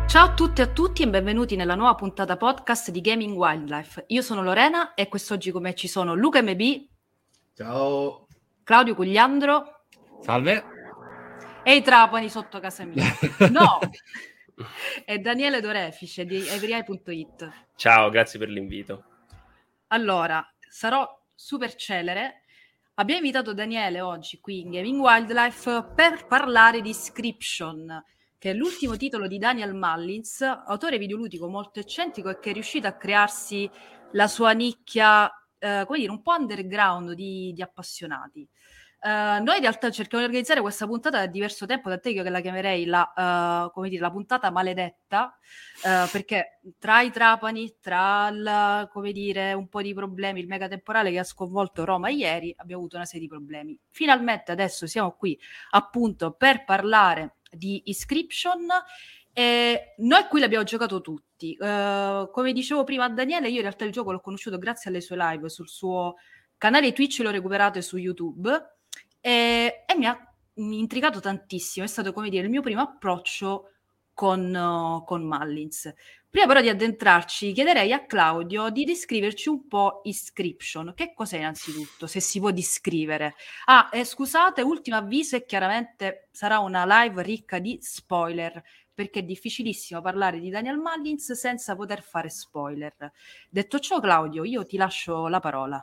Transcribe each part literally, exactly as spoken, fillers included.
Ciao a tutte e a tutti e benvenuti nella nuova puntata podcast di Gaming Wildlife. Io sono Lorena e quest'oggi con me ci sono Luca M B. Ciao. Claudio Cugliandro. Salve. E i trapani sotto casa mia. No! E Daniele Dorefice di everyeye punto it. Ciao, grazie per l'invito. Allora, sarò super celere. Abbiamo invitato Daniele oggi qui in Gaming Wildlife per parlare di Scription, che è l'ultimo titolo di Daniel Mullins, autore videoludico molto eccentrico e che è riuscito a crearsi la sua nicchia, eh, come dire, un po' underground di, di appassionati. Uh, noi in realtà cerchiamo di organizzare questa puntata da diverso tempo, tant'è che la chiamerei la, uh, come dire, la puntata maledetta, uh, perché tra i trapani, tra il, come dire, un po' di problemi, il megatemporale che ha sconvolto Roma ieri, abbiamo avuto una serie di problemi. Finalmente adesso siamo qui appunto per parlare di Inscription e noi qui l'abbiamo giocato tutti. Uh, come dicevo prima a Daniele, io in realtà il gioco l'ho conosciuto grazie alle sue live sul suo canale Twitch, l'ho recuperato su YouTube. E, e mi ha intrigato tantissimo, è stato, come dire, il mio primo approccio con, uh, con Mullins. Prima però di addentrarci, chiederei a Claudio di descriverci un po' Inscription. Che cos'è innanzitutto, se si può descrivere? Ah, eh, scusate, ultimo avviso, e chiaramente sarà una live ricca di spoiler, perché è difficilissimo parlare di Daniel Mullins senza poter fare spoiler. Detto ciò, Claudio, io ti lascio la parola.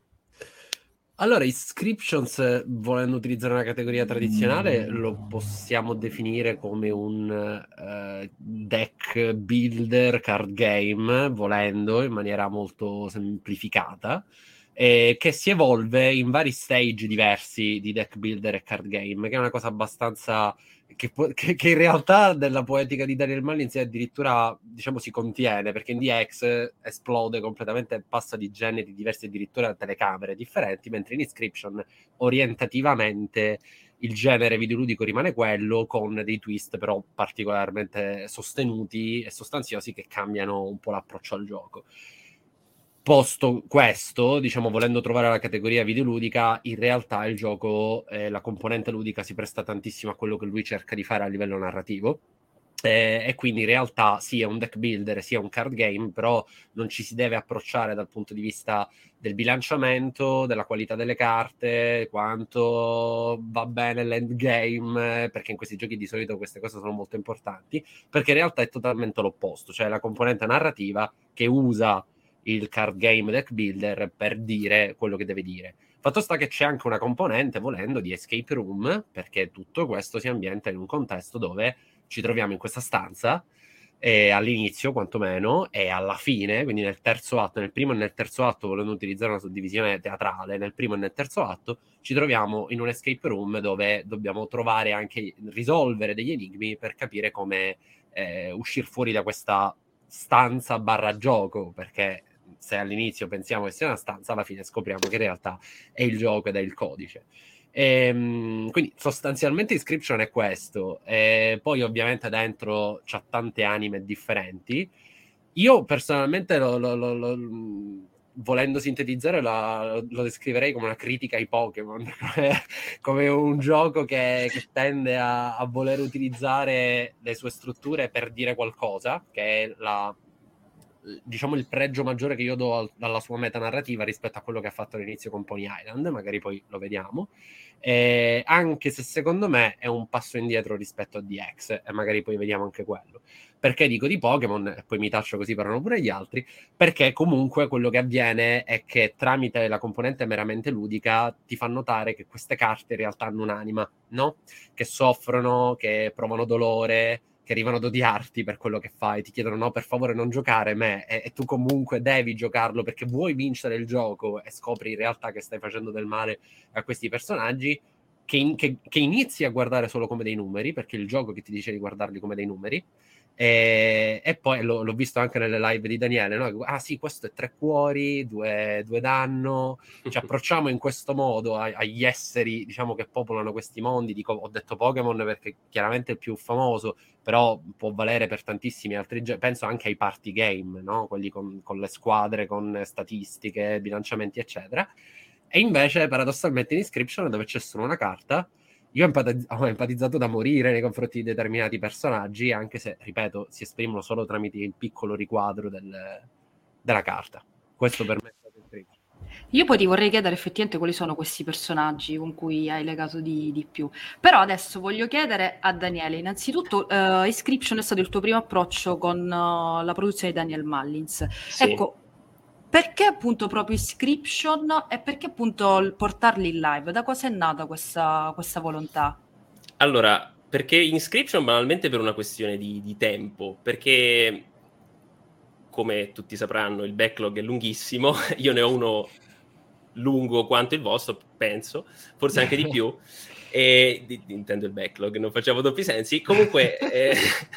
Allora, Inscriptions, volendo utilizzare una categoria tradizionale, lo possiamo definire come un uh, deck builder card game, volendo, in maniera molto semplificata, eh, che si evolve in vari stage diversi di deck builder e card game, che è una cosa abbastanza... Che, che, che in realtà della poetica di Daniel Mullins addirittura, diciamo, si contiene, perché in D X esplode completamente, passa di generi diversi, addirittura telecamere differenti, mentre in Inscription orientativamente il genere videoludico rimane quello, con dei twist però particolarmente sostenuti e sostanziosi che cambiano un po' l'approccio al gioco. Posto questo, diciamo, volendo trovare la categoria videoludica, in realtà il gioco, eh, la componente ludica si presta tantissimo a quello che lui cerca di fare a livello narrativo, eh, e quindi in realtà sia un deck builder sia un card game, però non ci si deve approcciare dal punto di vista del bilanciamento, della qualità delle carte, quanto va bene l'endgame, perché in questi giochi di solito queste cose sono molto importanti, perché in realtà è totalmente l'opposto, cioè la componente narrativa che usa il card game deck builder per dire quello che deve dire. Fatto sta che c'è anche una componente, volendo, di escape room, perché tutto questo si ambienta in un contesto dove ci troviamo in questa stanza, e all'inizio quantomeno, e alla fine, quindi nel terzo atto, nel primo e nel terzo atto, volendo utilizzare una suddivisione teatrale, nel primo e nel terzo atto ci troviamo in un escape room dove dobbiamo trovare anche, risolvere degli enigmi per capire come eh, uscire fuori da questa stanza barra gioco, perché se all'inizio pensiamo che sia una stanza, alla fine scopriamo che in realtà è il gioco ed è il codice. E, quindi sostanzialmente Inscription è questo, e poi ovviamente dentro c'ha tante anime differenti. Io personalmente lo, lo, lo, lo volendo sintetizzare la, lo descriverei come una critica ai Pokémon, come, come un gioco che, che tende a, a voler utilizzare le sue strutture per dire qualcosa, che è la, diciamo, il pregio maggiore che io do al, alla sua metanarrativa rispetto a quello che ha fatto all'inizio con Pony Island, magari poi lo vediamo, eh, anche se secondo me è un passo indietro rispetto a D X, e magari poi vediamo anche quello. Perché dico di Pokémon, e poi mi taccio così parlano pure gli altri, perché comunque quello che avviene è che tramite la componente meramente ludica ti fa notare che queste carte in realtà hanno un'anima, no? Che soffrono, che provano dolore, che arrivano ad odiarti per quello che fai, ti chiedono no, per favore non giocare me, e, e tu comunque devi giocarlo perché vuoi vincere il gioco, e scopri in realtà che stai facendo del male a questi personaggi, che, in, che, che inizi a guardare solo come dei numeri, perché è il gioco che ti dice di guardarli come dei numeri. E, e poi lo, l'ho visto anche nelle live di Daniele, no? Ah sì, questo è tre cuori, due, due danno, ci approcciamo in questo modo a, agli esseri, diciamo, che popolano questi mondi. Dico, ho detto Pokémon perché chiaramente è il più famoso, però può valere per tantissimi altri giochi. Penso anche ai party game, no? Quelli con, con le squadre, con statistiche, bilanciamenti eccetera. E invece paradossalmente in Inscription, dove c'è solo una carta, io ho, empatizz- ho empatizzato da morire nei confronti di determinati personaggi, anche se, ripeto, si esprimono solo tramite il piccolo riquadro del, della carta. Questo per me è stato il trigger. Io poi ti vorrei chiedere effettivamente quali sono questi personaggi con cui hai legato di, di più. Però adesso voglio chiedere a Daniele, innanzitutto uh, Inscription è stato il tuo primo approccio con uh, la produzione di Daniel Mullins. Sì. Ecco, perché appunto proprio Inscription e perché appunto portarli in live? Da cosa è nata questa, questa volontà? Allora, perché Inscription banalmente per una questione di, di tempo, perché come tutti sapranno il backlog è lunghissimo, io ne ho uno lungo quanto il vostro, penso, forse anche di più, e di, di, intendo il backlog, non facciamo doppi sensi, comunque eh,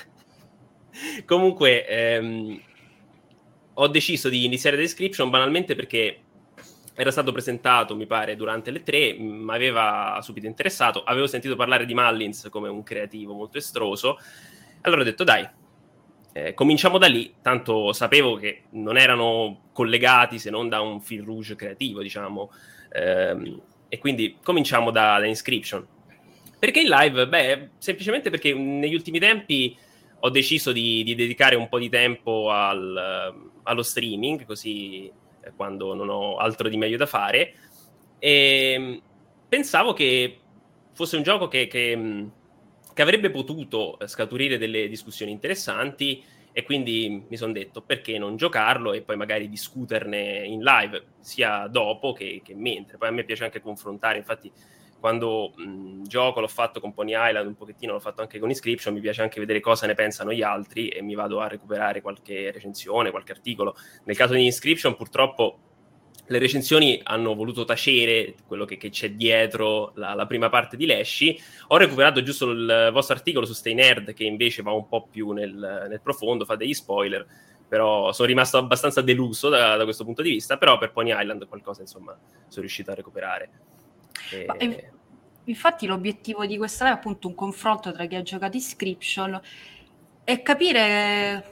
comunque ehm, ho deciso di iniziare Description banalmente perché era stato presentato, mi pare, durante le tre, mi aveva subito interessato, avevo sentito parlare di Mullins come un creativo molto estroso, allora ho detto dai, eh, cominciamo da lì, tanto sapevo che non erano collegati se non da un fil rouge creativo, diciamo, ehm, e quindi cominciamo da, da Inscription. Perché in live? Beh, semplicemente perché negli ultimi tempi ho deciso di, di dedicare un po' di tempo al, allo streaming, così eh, quando non ho altro di meglio da fare, e pensavo che fosse un gioco che, che, che avrebbe potuto scaturire delle discussioni interessanti, e quindi mi sono detto perché non giocarlo e poi magari discuterne in live, sia dopo che, che mentre. Poi a me piace anche confrontare, infatti quando mh, gioco, l'ho fatto con Pony Island un pochettino, l'ho fatto anche con Inscription, mi piace anche vedere cosa ne pensano gli altri e mi vado a recuperare qualche recensione, qualche articolo. Nel caso di Inscription purtroppo le recensioni hanno voluto tacere quello che, che c'è dietro la, la prima parte di Leshy. Ho recuperato giusto il vostro articolo su Stay Nerd, che invece va un po' più nel, nel profondo, fa degli spoiler, però sono rimasto abbastanza deluso da, da questo punto di vista, però per Pony Island qualcosa insomma sono riuscito a recuperare. E... Ma, eh, infatti l'obiettivo di questa live è appunto un confronto tra chi ha giocato Inscription e capire,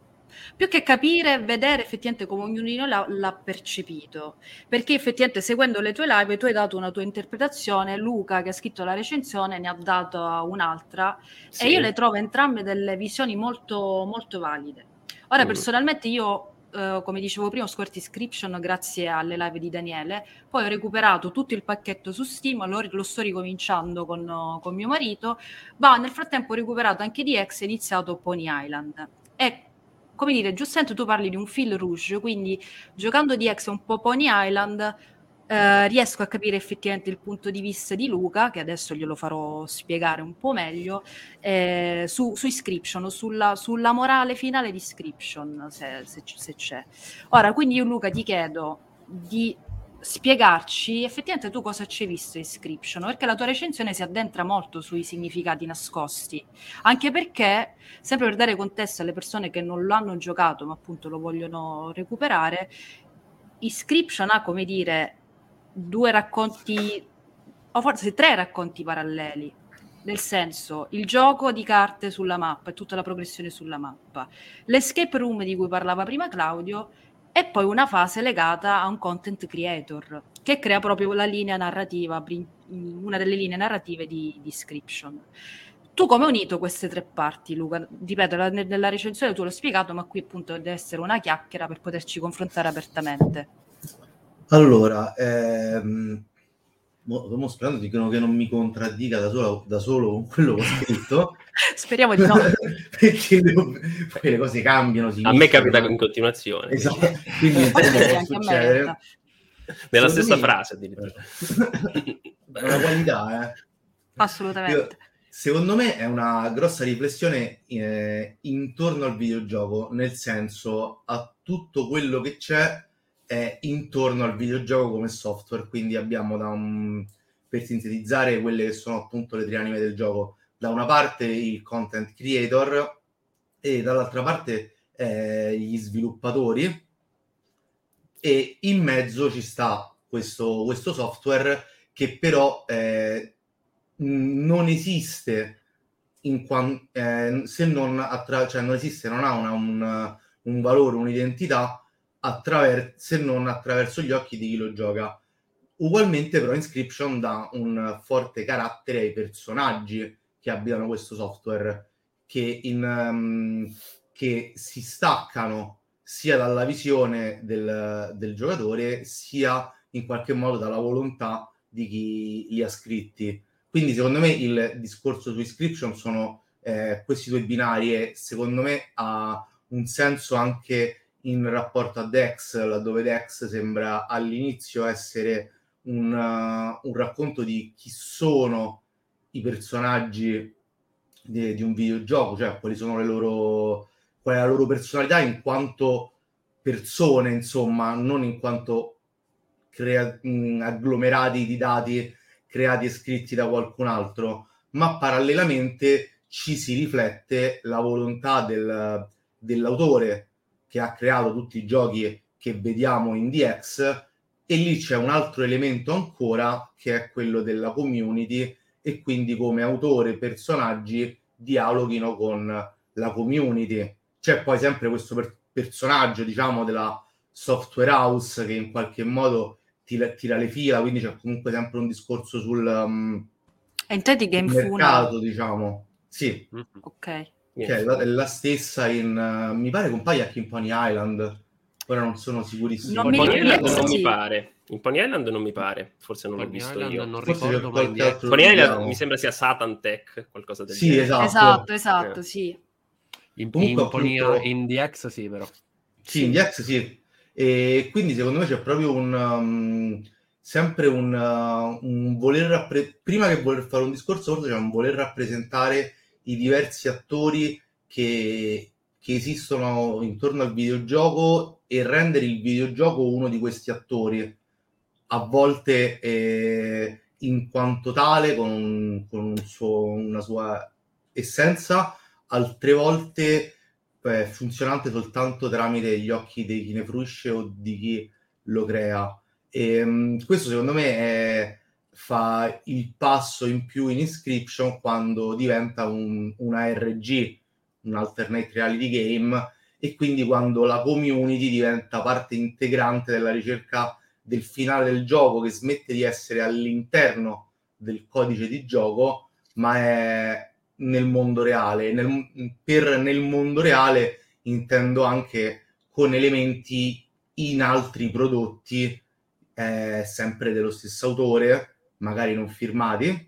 più che capire, vedere effettivamente come ognuno di noi l'ha, l'ha percepito, perché effettivamente seguendo le tue live tu hai dato una tua interpretazione, Luca che ha scritto la recensione ne ha dato un'altra, sì. e io le trovo entrambe delle visioni molto, molto valide. Ora mm. personalmente io Uh, come dicevo prima, ho scoperto Inscription grazie alle live di Daniele, poi ho recuperato tutto il pacchetto su Steam, lo, lo sto ricominciando con, uh, con mio marito, ma nel frattempo ho recuperato anche D X e iniziato Pony Island. E come dire, giustamente tu parli di un fil rouge, quindi giocando D X un po' Pony Island eh, riesco a capire effettivamente il punto di vista di Luca, che adesso glielo farò spiegare un po' meglio, eh, su, su Inscription, sulla, sulla morale finale di Inscription, se, se, se c'è. Ora, quindi io Luca ti chiedo di spiegarci effettivamente tu cosa ci hai visto in Inscription, perché la tua recensione si addentra molto sui significati nascosti, anche perché, sempre per dare contesto alle persone che non lo hanno giocato ma appunto lo vogliono recuperare, Inscription ha, come dire, due racconti, o forse tre racconti paralleli, nel senso il gioco di carte sulla mappa e tutta la progressione sulla mappa, l'escape room di cui parlava prima Claudio, e poi una fase legata a un content creator che crea proprio la linea narrativa, una delle linee narrative di, di Inscription. Tu come hai unito queste tre parti, Luca? Ripeto, nella recensione tu l'hai spiegato, ma qui appunto deve essere una chiacchiera per poterci confrontare apertamente. Allora, ehm, mo, sperando di che non, che non mi contraddica da solo, da solo con quello che ho scritto. Speriamo di no. Perché devo, poi le cose cambiano. A me capita in continuazione. Esatto. Quindi insomma, può succedere. Nella Secondo stessa me, frase addirittura. Una qualità, eh. Assolutamente. Io, secondo me è una grossa riflessione eh, intorno al videogioco, nel senso a tutto quello che c'è è intorno al videogioco come software, quindi abbiamo da un, per sintetizzare quelle che sono appunto le tre anime del gioco, da una parte il content creator e dall'altra parte eh, gli sviluppatori, e in mezzo ci sta questo, questo software che però eh, non esiste in quant- eh, se non attra- cioè non esiste, non ha una, un, un valore, un'identità attraver- se non attraverso gli occhi di chi lo gioca. Ugualmente però Inscription dà un forte carattere ai personaggi che abitano questo software, che, in, um, che si staccano sia dalla visione del, del giocatore, sia in qualche modo dalla volontà di chi li ha scritti. Quindi secondo me il discorso su Inscription sono eh, questi due binari, e secondo me ha un senso anche in rapporto a Dex, laddove Dex sembra all'inizio essere un, uh, un racconto di chi sono i personaggi di, di un videogioco, cioè quali sono le loro, qual è la loro personalità in quanto persone, insomma, non in quanto crea- mh, agglomerati di dati creati e scritti da qualcun altro, ma parallelamente ci si riflette la volontà del, dell'autore che ha creato tutti i giochi che vediamo in D X, e lì c'è un altro elemento ancora che è quello della community, e quindi come autore personaggi dialoghino con la community. C'è poi sempre questo per- personaggio, diciamo, della software house che in qualche modo tira, tira le fila, quindi c'è comunque sempre un discorso sul, um, sul mercato, diciamo. Sì. Mm-hmm. Ok. Che è la, è la stessa in... Uh, mi pare compaia anche in Pony Island. Ora non sono sicurissimo. Non in Pony Island yes, non sì. mi pare. In Pony Island non mi pare. Forse non Pony l'ho visto Island io. Non Forse ricordo, c'è qualche altro. Pony Island mi sembra sia Satan Tech, qualcosa del sì, genere. Esatto, esatto, esatto, eh. sì. In, Comunque, in, Pony, appunto, in D X sì, però. Sì, sì, in D X sì. E quindi secondo me c'è proprio un... Um, sempre un, uh, un voler... Rappre- prima che voler fare un discorso, forse c'è un voler rappresentare i diversi attori che, che esistono intorno al videogioco e rendere il videogioco uno di questi attori, a volte eh, in quanto tale, con, un, con un suo, una sua essenza, altre volte eh, funzionante soltanto tramite gli occhi di chi ne fruisce o di chi lo crea. E, um, questo secondo me è, fa il passo in più in Inscription quando diventa un, una R G, un alternate reality game, e quindi quando la community diventa parte integrante della ricerca del finale del gioco, che smette di essere all'interno del codice di gioco, ma è nel mondo reale. Nel, per nel mondo reale intendo anche con elementi in altri prodotti, eh, sempre dello stesso autore, magari non firmati,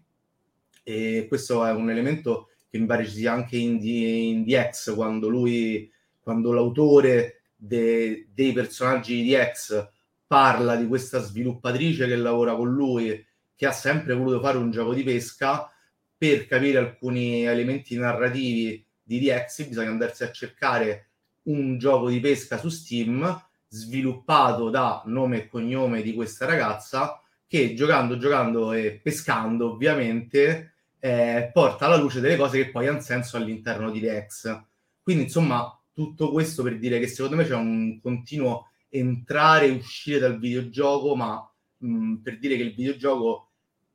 e questo è un elemento che mi pare ci sia anche in, D- in D X, quando lui, quando l'autore de- dei personaggi di D X parla di questa sviluppatrice che lavora con lui, che ha sempre voluto fare un gioco di pesca. Per capire alcuni elementi narrativi di D X bisogna andarsi a cercare un gioco di pesca su Steam sviluppato da nome e cognome di questa ragazza, che giocando, giocando e pescando ovviamente eh, porta alla luce delle cose che poi hanno senso all'interno di D X. Quindi insomma tutto questo per dire che secondo me c'è un continuo entrare e uscire dal videogioco, ma mh, per dire che il videogioco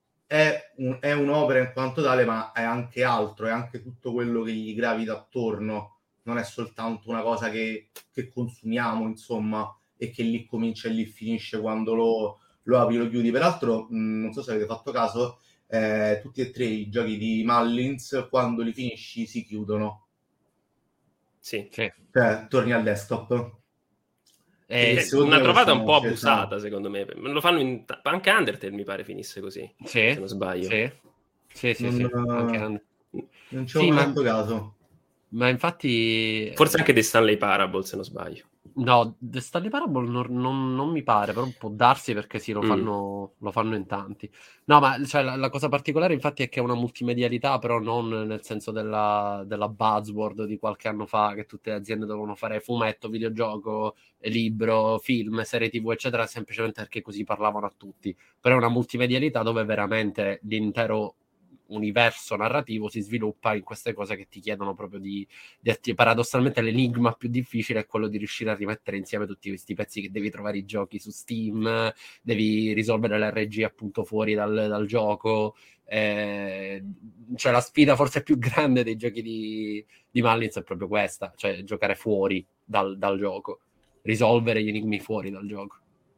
è, un, è un'opera in quanto tale, ma è anche altro, è anche tutto quello che gli gravita attorno, non è soltanto una cosa che, che consumiamo, insomma, e che lì comincia e lì finisce quando lo, lo apri, lo chiudi. Peraltro, mh, non so se avete fatto caso, eh, tutti e tre i giochi di Mullins, quando li finisci, si chiudono. Sì. Sì. Cioè, torni al desktop. Eh, una trovata un po' abusata, secondo me. Lo fanno in... anche Undertale mi pare finisse così, sì, se non sbaglio. Sì, sì, sì, non, sì. Anche non ci ho sì, mai ma... fatto caso. Ma infatti... Forse anche The Stanley Parable, se non sbaglio. No, The Stanley Parable non, non, non mi pare, però può darsi perché sì, lo fanno, mm. lo fanno in tanti. No, ma cioè, la, la cosa particolare infatti è che è una multimedialità, però non nel senso della, della buzzword di qualche anno fa, che tutte le aziende dovevano fare fumetto, videogioco, libro, film, serie tv, eccetera, semplicemente perché così parlavano a tutti. Però è una multimedialità dove veramente l'intero universo narrativo si sviluppa in queste cose che ti chiedono proprio di, di paradossalmente l'enigma più difficile è quello di riuscire a rimettere insieme tutti questi pezzi, che devi trovare i giochi su Steam, devi risolvere l'R G appunto fuori dal, dal gioco, eh, cioè la sfida forse più grande dei giochi di, di Mullins è proprio questa, cioè giocare fuori dal, dal gioco, risolvere gli enigmi fuori dal gioco.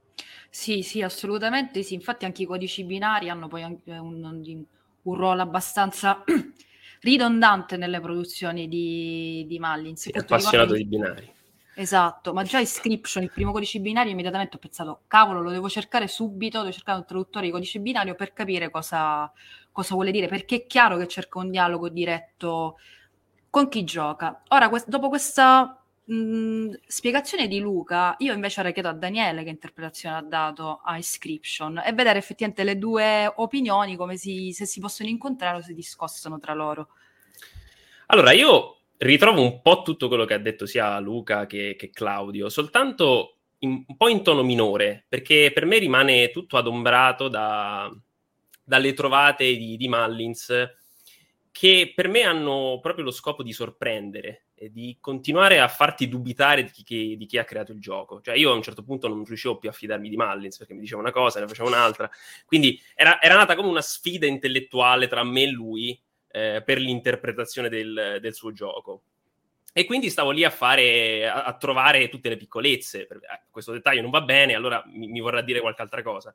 Sì, sì, assolutamente sì. Infatti anche i codici binari hanno poi anche un, un, un ruolo abbastanza ridondante nelle produzioni di, di Mullins. Sì, Appunto, ricordo appassionato di... di binari. Esatto, ma già Inscription, il primo codice binario, immediatamente ho pensato, cavolo, lo devo cercare subito, devo cercare un traduttore di codice binario per capire cosa, cosa vuole dire, perché è chiaro che cerca un dialogo diretto con chi gioca. Ora, quest- dopo questa mh, spiegazione di Luca, io invece ora chiedo a Daniele che interpretazione ha dato a Inscription e vedere effettivamente le due opinioni, come si, se si possono incontrare o si discostano tra loro. Allora, io ritrovo un po' tutto quello che ha detto sia Luca che, che Claudio, soltanto in, un po' in tono minore, perché per me rimane tutto adombrato da, dalle trovate di, di Mullins, che per me hanno proprio lo scopo di sorprendere e di continuare a farti dubitare di chi, di chi ha creato il gioco. Cioè io a un certo punto non riuscivo più a fidarmi di Mullins, perché mi diceva una cosa, ne faceva un'altra. Quindi era, era nata come una sfida intellettuale tra me e lui, Eh, per l'interpretazione del, del suo gioco. E quindi stavo lì a fare, a, a trovare tutte le piccolezze. Per, eh, questo dettaglio non va bene, allora mi, mi vorrà dire qualche altra cosa.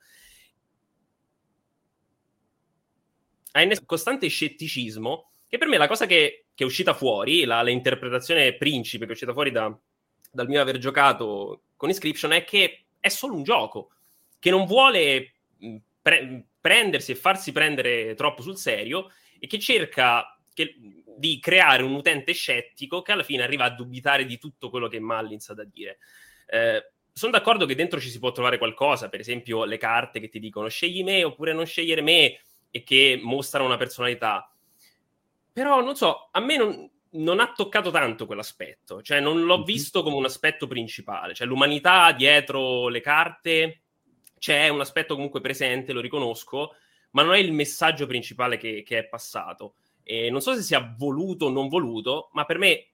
Hai un costante scetticismo, che per me la cosa che, che è uscita fuori, la, l'interpretazione principe che è uscita fuori da, dal mio aver giocato con Inscription, è che è solo un gioco, che non vuole pre- prendersi e farsi prendere troppo sul serio, e che cerca che, di creare un utente scettico che alla fine arriva a dubitare di tutto quello che Mullins ha da dire. Eh, sono d'accordo che dentro ci si può trovare qualcosa, per esempio le carte che ti dicono scegli me oppure non scegliere me, e che mostrano una personalità. Però, non so, a me non, non ha toccato tanto quell'aspetto, cioè non l'ho Mm-hmm. visto come un aspetto principale, cioè l'umanità dietro le carte c'è un aspetto comunque presente, lo riconosco, ma non è il messaggio principale che, che è passato. E non so se sia voluto o non voluto, ma per me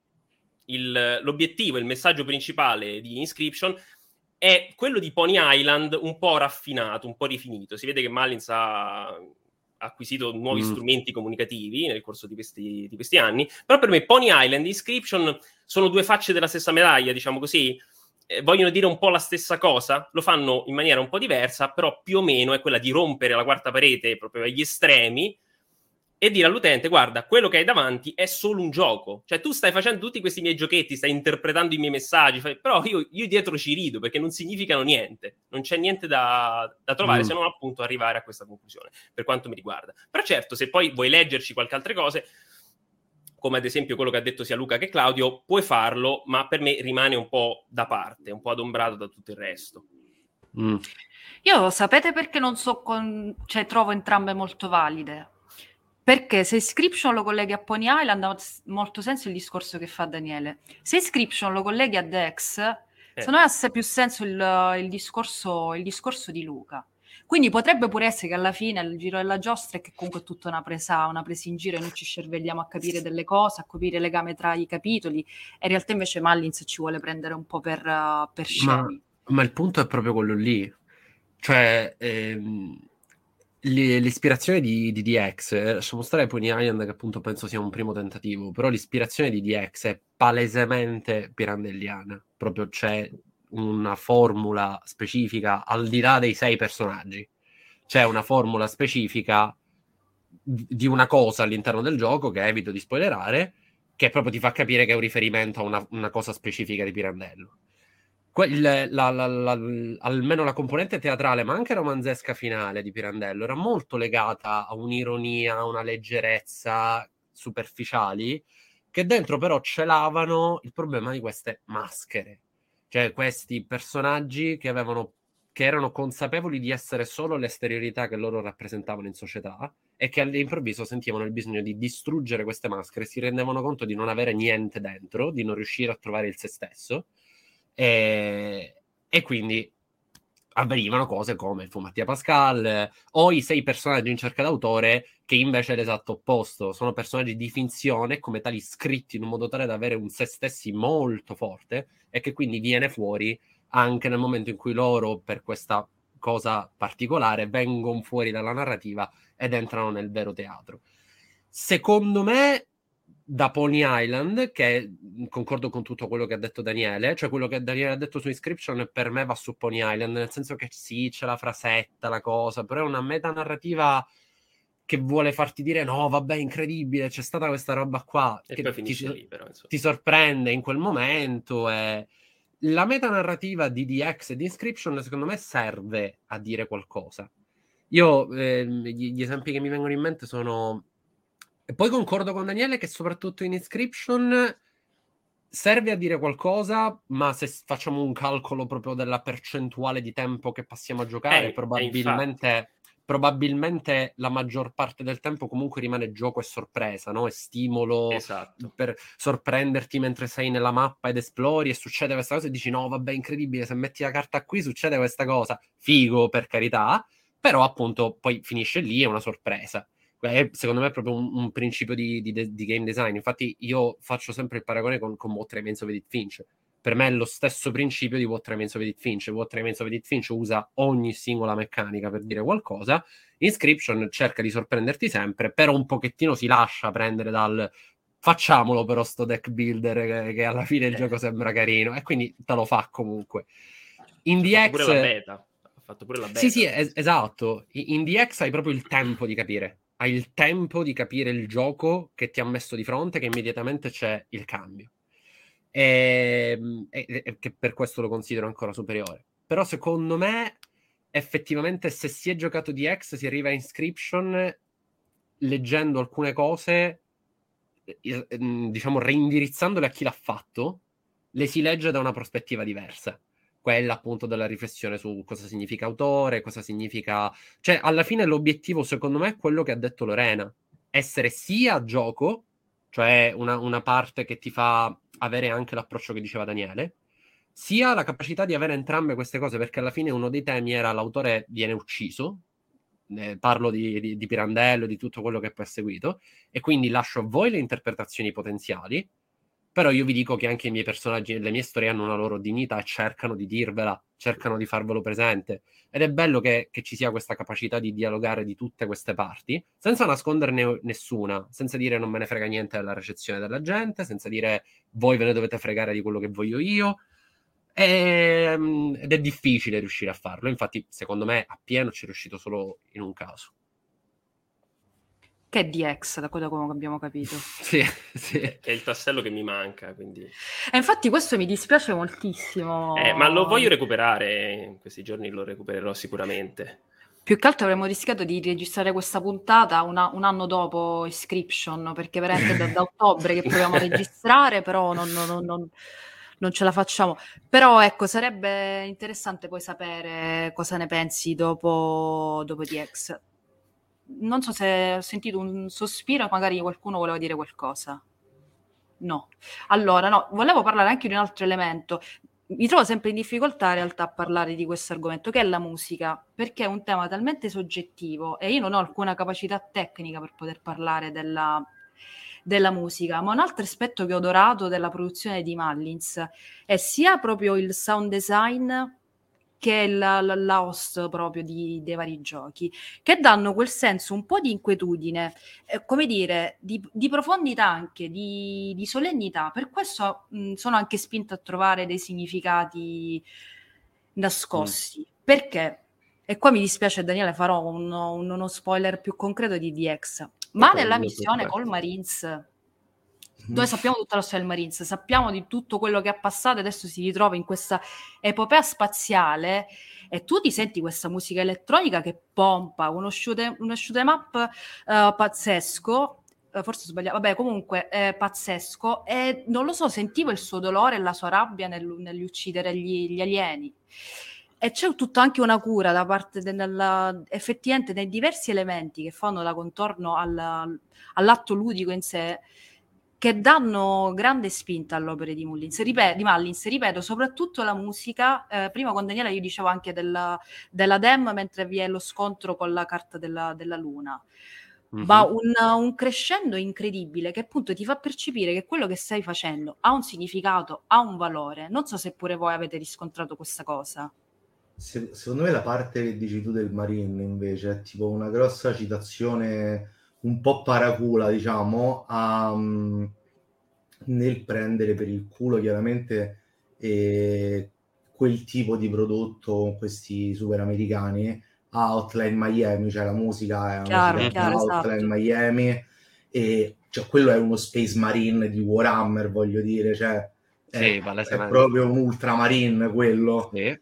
il, l'obiettivo, il messaggio principale di Inscription è quello di Pony Island un po' raffinato, un po' rifinito. Si vede che Mullins ha acquisito nuovi mm. strumenti comunicativi nel corso di questi, di questi anni, però per me Pony Island e Inscription sono due facce della stessa medaglia, diciamo così. Eh, vogliono dire un po' la stessa cosa, lo fanno in maniera un po' diversa, però più o meno è quella di rompere la quarta parete proprio agli estremi e dire all'utente, guarda, quello che hai davanti è solo un gioco. Cioè, tu stai facendo tutti questi miei giochetti, stai interpretando i miei messaggi, fai... però io, io dietro ci rido, perché non significano niente. Non c'è niente da, da trovare, mm. se non appunto arrivare a questa conclusione, per quanto mi riguarda. Però certo, se poi vuoi leggerci qualche altra cosa, come ad esempio quello che ha detto sia Luca che Claudio, puoi farlo, ma per me rimane un po' da parte, un po' adombrato da tutto il resto. Mm. Io sapete perché non so, con... cioè trovo entrambe molto valide? Perché se Inscription lo colleghi a Pony Island ha molto senso il discorso che fa Daniele. Se Inscription lo colleghi a Dex, eh. secondo me ha più senso il, il, discorso, il discorso di Luca. Quindi potrebbe pure essere che alla fine il giro della giostra è che comunque è tutta una presa, una presa in giro e noi ci cervelliamo a capire delle cose, a capire il legame tra i capitoli, e in realtà invece Mullins ci vuole prendere un po' per, uh, per scemi. Ma, ma il punto è proprio quello lì. Cioè... Ehm... l'ispirazione di, di D X, eh, lasciamo stare Pony Island che appunto penso sia un primo tentativo, però l'ispirazione di D X è palesemente pirandelliana, proprio c'è una formula specifica al di là dei sei personaggi, c'è una formula specifica di una cosa all'interno del gioco che evito di spoilerare, che proprio ti fa capire che è un riferimento a una, una cosa specifica di Pirandello. La, la, la, la, almeno la componente teatrale, ma anche romanzesca finale di Pirandello era molto legata a un'ironia, a una leggerezza superficiali, che dentro però celavano il problema di queste maschere, cioè questi personaggi che avevano che erano consapevoli di essere solo l'esteriorità che loro rappresentavano in società e che all'improvviso sentivano il bisogno di distruggere queste maschere, si rendevano conto di non avere niente dentro, di non riuscire a trovare il se stesso. E, e quindi avvenivano cose come il fu Mattia Pascal eh, o i sei personaggi in cerca d'autore, che invece è l'esatto opposto, sono personaggi di finzione come tali scritti in un modo tale da avere un se stessi molto forte e che quindi viene fuori anche nel momento in cui loro, per questa cosa particolare, vengono fuori dalla narrativa ed entrano nel vero teatro. Secondo me da Pony Island, che concordo con tutto quello che ha detto Daniele, cioè quello che Daniele ha detto su Inscription per me va su Pony Island, nel senso che sì, c'è la frasetta, la cosa, però è una metanarrativa che vuole farti dire no, vabbè, incredibile, c'è stata questa roba qua, E che poi ti, finisce lì, però, insomma. ti sorprende in quel momento. E la metanarrativa di D X e di Inscription secondo me serve a dire qualcosa. Io eh, gli, gli esempi che mi vengono in mente sono... E poi concordo con Daniele che soprattutto in Inscription serve a dire qualcosa, ma se facciamo un calcolo proprio della percentuale di tempo che passiamo a giocare, Eh, probabilmente, probabilmente la maggior parte del tempo comunque rimane gioco e sorpresa, no? E stimolo esatto. per sorprenderti mentre sei nella mappa ed esplori e succede questa cosa e dici no, vabbè, incredibile, se metti la carta qui succede questa cosa. Figo, per carità, però appunto poi finisce lì, è una sorpresa. È, secondo me è proprio un, un principio di, di, di game design. Infatti io faccio sempre il paragone con, con What Remains of Edith Finch. Per me è lo stesso principio di What Remains of Edith Finch. What Remains of Edith Finch usa ogni singola meccanica per dire qualcosa. Inscription cerca di sorprenderti sempre, però un pochettino si lascia prendere dal facciamolo però sto deck builder che, che alla fine il Eh. gioco sembra carino, e quindi te lo fa comunque. In Ci ha D X... fatto pure la beta. Ha fatto pure la beta. Sì, sì, es- esatto. In D X hai proprio il tempo di capire. Hai il tempo di capire il gioco che ti ha messo di fronte, che immediatamente c'è il cambio. E, e, e che per questo lo considero ancora superiore. Però secondo me, effettivamente, se si è giocato D X, si arriva a Inscription leggendo alcune cose, eh, diciamo, reindirizzandole a chi l'ha fatto, le si legge da una prospettiva diversa. Quella appunto della riflessione su cosa significa autore, cosa significa... Cioè, alla fine l'obiettivo, secondo me, è quello che ha detto Lorena. Essere sia gioco, cioè una, una parte che ti fa avere anche l'approccio che diceva Daniele, sia la capacità di avere entrambe queste cose, perché alla fine uno dei temi era l'autore viene ucciso, eh, parlo di, di, di Pirandello, di tutto quello che poi è seguito, e quindi lascio a voi le interpretazioni potenziali, però io vi dico che anche i miei personaggi, le mie storie hanno una loro dignità e cercano di dirvela, cercano di farvelo presente. Ed è bello che, che ci sia questa capacità di dialogare di tutte queste parti, senza nasconderne nessuna, senza dire non me ne frega niente della recezione della gente, senza dire voi ve ne dovete fregare di quello che voglio io. E, ed è difficile riuscire a farlo. Infatti, secondo me, appieno ci è riuscito solo in un caso. Che è D X, da quello che abbiamo capito. Sì, sì. Che è il tassello che mi manca, quindi... E infatti questo mi dispiace moltissimo. Eh, ma lo voglio recuperare, in questi giorni lo recupererò sicuramente. Più che altro avremmo rischiato di registrare questa puntata una, un anno dopo Inscription, perché veramente da, da ottobre che proviamo a registrare, però non, non, non, non ce la facciamo. Però ecco, sarebbe interessante poi sapere cosa ne pensi dopo, dopo D X. Non so se ho sentito un sospiro, magari qualcuno voleva dire qualcosa. No. Allora, no, volevo parlare anche di un altro elemento. Mi trovo sempre in difficoltà in realtà a parlare di questo argomento, che è la musica, perché è un tema talmente soggettivo e io non ho alcuna capacità tecnica per poter parlare della, della musica, ma un altro aspetto che ho adorato della produzione di Mullins è sia proprio il sound design che la, la, la host proprio di, dei vari giochi, che danno quel senso un po' di inquietudine, eh, come dire, di, di profondità anche, di, di solennità. Per questo mh, sono anche spinta a trovare dei significati nascosti. Mm. Perché? E qua mi dispiace, Daniele, farò un, un, uno spoiler più concreto di D X, ma nella missione col Marines... Noi sappiamo tutta la storia del Marines, sappiamo di tutto quello che ha passato, adesso si ritrova in questa epopea spaziale e tu ti senti questa musica elettronica che pompa, uno shoot, uno shoot 'em up uh, pazzesco, uh, forse sbagliato, vabbè comunque eh, pazzesco, e non lo so, sentivo il suo dolore e la sua rabbia nel, negli uccidere gli, gli alieni. E c'è tutta anche una cura da parte della, effettivamente dei diversi elementi che fanno da contorno al, all'atto ludico in sé, che danno grande spinta all'opera di Mullins, ripeto, di Mullins, ripeto, soprattutto la musica. Eh, prima con Daniela io dicevo anche della, della Dem, mentre vi è lo scontro con la carta della, della luna, mm-hmm. ma un, un crescendo incredibile che appunto ti fa percepire che quello che stai facendo ha un significato, ha un valore. Non so se pure voi avete riscontrato questa cosa. Se, secondo me la parte che dici tu del Marine invece è tipo una grossa citazione un po' paracula, diciamo, a, nel prendere per il culo chiaramente eh, quel tipo di prodotto, questi super americani, a Hotline Miami, cioè la musica è una Chiaro, musica chiaro, da Hotline esatto. Miami, e cioè, quello è uno Space Marine di Warhammer, voglio dire, cioè è, Sì, è palesemente. proprio un Ultramarine quello. Sì.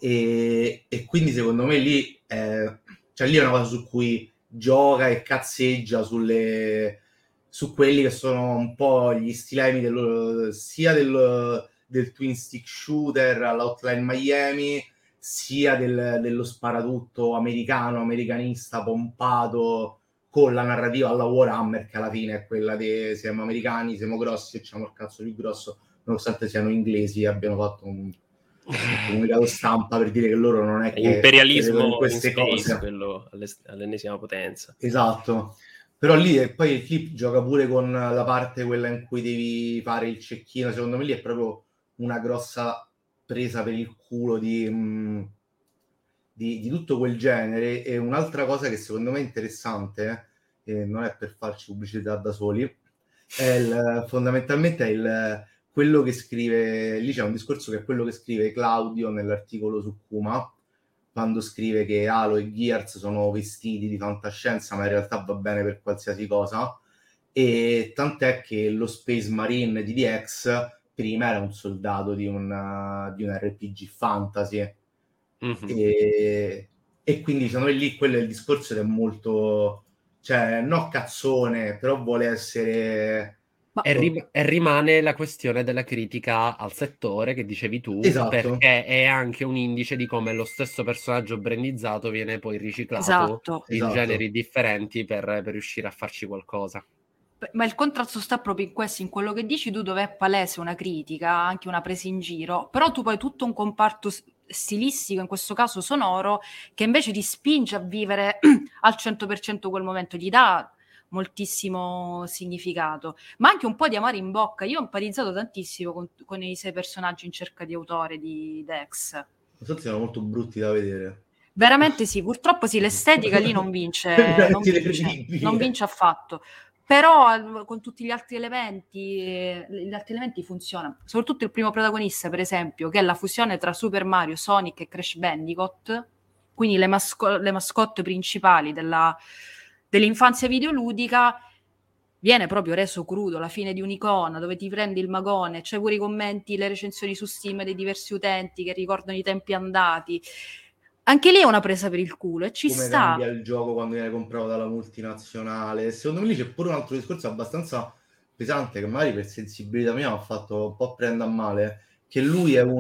E, e quindi secondo me lì è, cioè lì è una cosa su cui gioca e cazzeggia sulle, su quelli che sono un po' gli stilemi dello, sia del, del twin stick shooter all'Hotline Miami, sia del, dello sparatutto americano, americanista, pompato, con la narrativa alla Warhammer, che alla fine è quella di siamo americani, siamo grossi e c'hanno il cazzo più grosso, nonostante siano inglesi e abbiano fatto un un comunicato stampa per dire che loro non è che credono in Imperialismo in queste space, cose. quello all'es- all'ennesima potenza. Esatto. Però lì e poi il clip gioca pure con la parte quella in cui devi fare il cecchino. Secondo me lì è proprio una grossa presa per il culo di, mh, di, di tutto quel genere. E un'altra cosa che secondo me è interessante, eh, e non è per farci pubblicità da soli, è il, fondamentalmente è il, quello che scrive, lì c'è un discorso che è quello che scrive Claudio nell'articolo su Kuma, quando scrive che Halo e Gears sono vestiti di fantascienza, ma in realtà va bene per qualsiasi cosa, e tant'è che lo Space Marine di D X prima era un soldato di un, di un R P G fantasy, Mm-hmm. e, e quindi secondo me lì quello è il discorso ed è molto, cioè no cazzone, però vuole essere... Ma E, rim- e rimane la questione della critica al settore che dicevi tu, Esatto. perché è anche un indice di come lo stesso personaggio brandizzato viene poi riciclato esatto. in Esatto. generi differenti per, per riuscire a farci qualcosa. Ma il contrasto sta proprio in questo, in quello che dici tu, dove è palese una critica, anche una presa in giro, però tu poi tutto un comparto stilistico, in questo caso sonoro, che invece ti spinge a vivere al cento per cento quel momento, gli dà moltissimo significato, ma anche un po' di amare in bocca. Io ho emparizzato tantissimo con, con i sei personaggi in cerca di autore di Dex. So, siano molto brutti da vedere. Veramente sì, purtroppo sì, l'estetica lì non vince, non vince, non vince affatto. Però con tutti gli altri elementi, gli altri elementi funzionano. Soprattutto il primo protagonista, per esempio, che è la fusione tra Super Mario, Sonic e Crash Bandicoot, quindi le, masco- le mascotte principali della, dell'infanzia videoludica, viene proprio reso crudo, la fine di un'icona, dove ti prendi il magone, c'è pure i commenti, le recensioni su Steam dei diversi utenti che ricordano i tempi andati. Anche lì è una presa per il culo e ci come sta. cambia il gioco quando viene comprato dalla multinazionale. Secondo me lì c'è pure un altro discorso abbastanza pesante che magari per sensibilità mia mi ha fatto un po' prendere a male, che lui è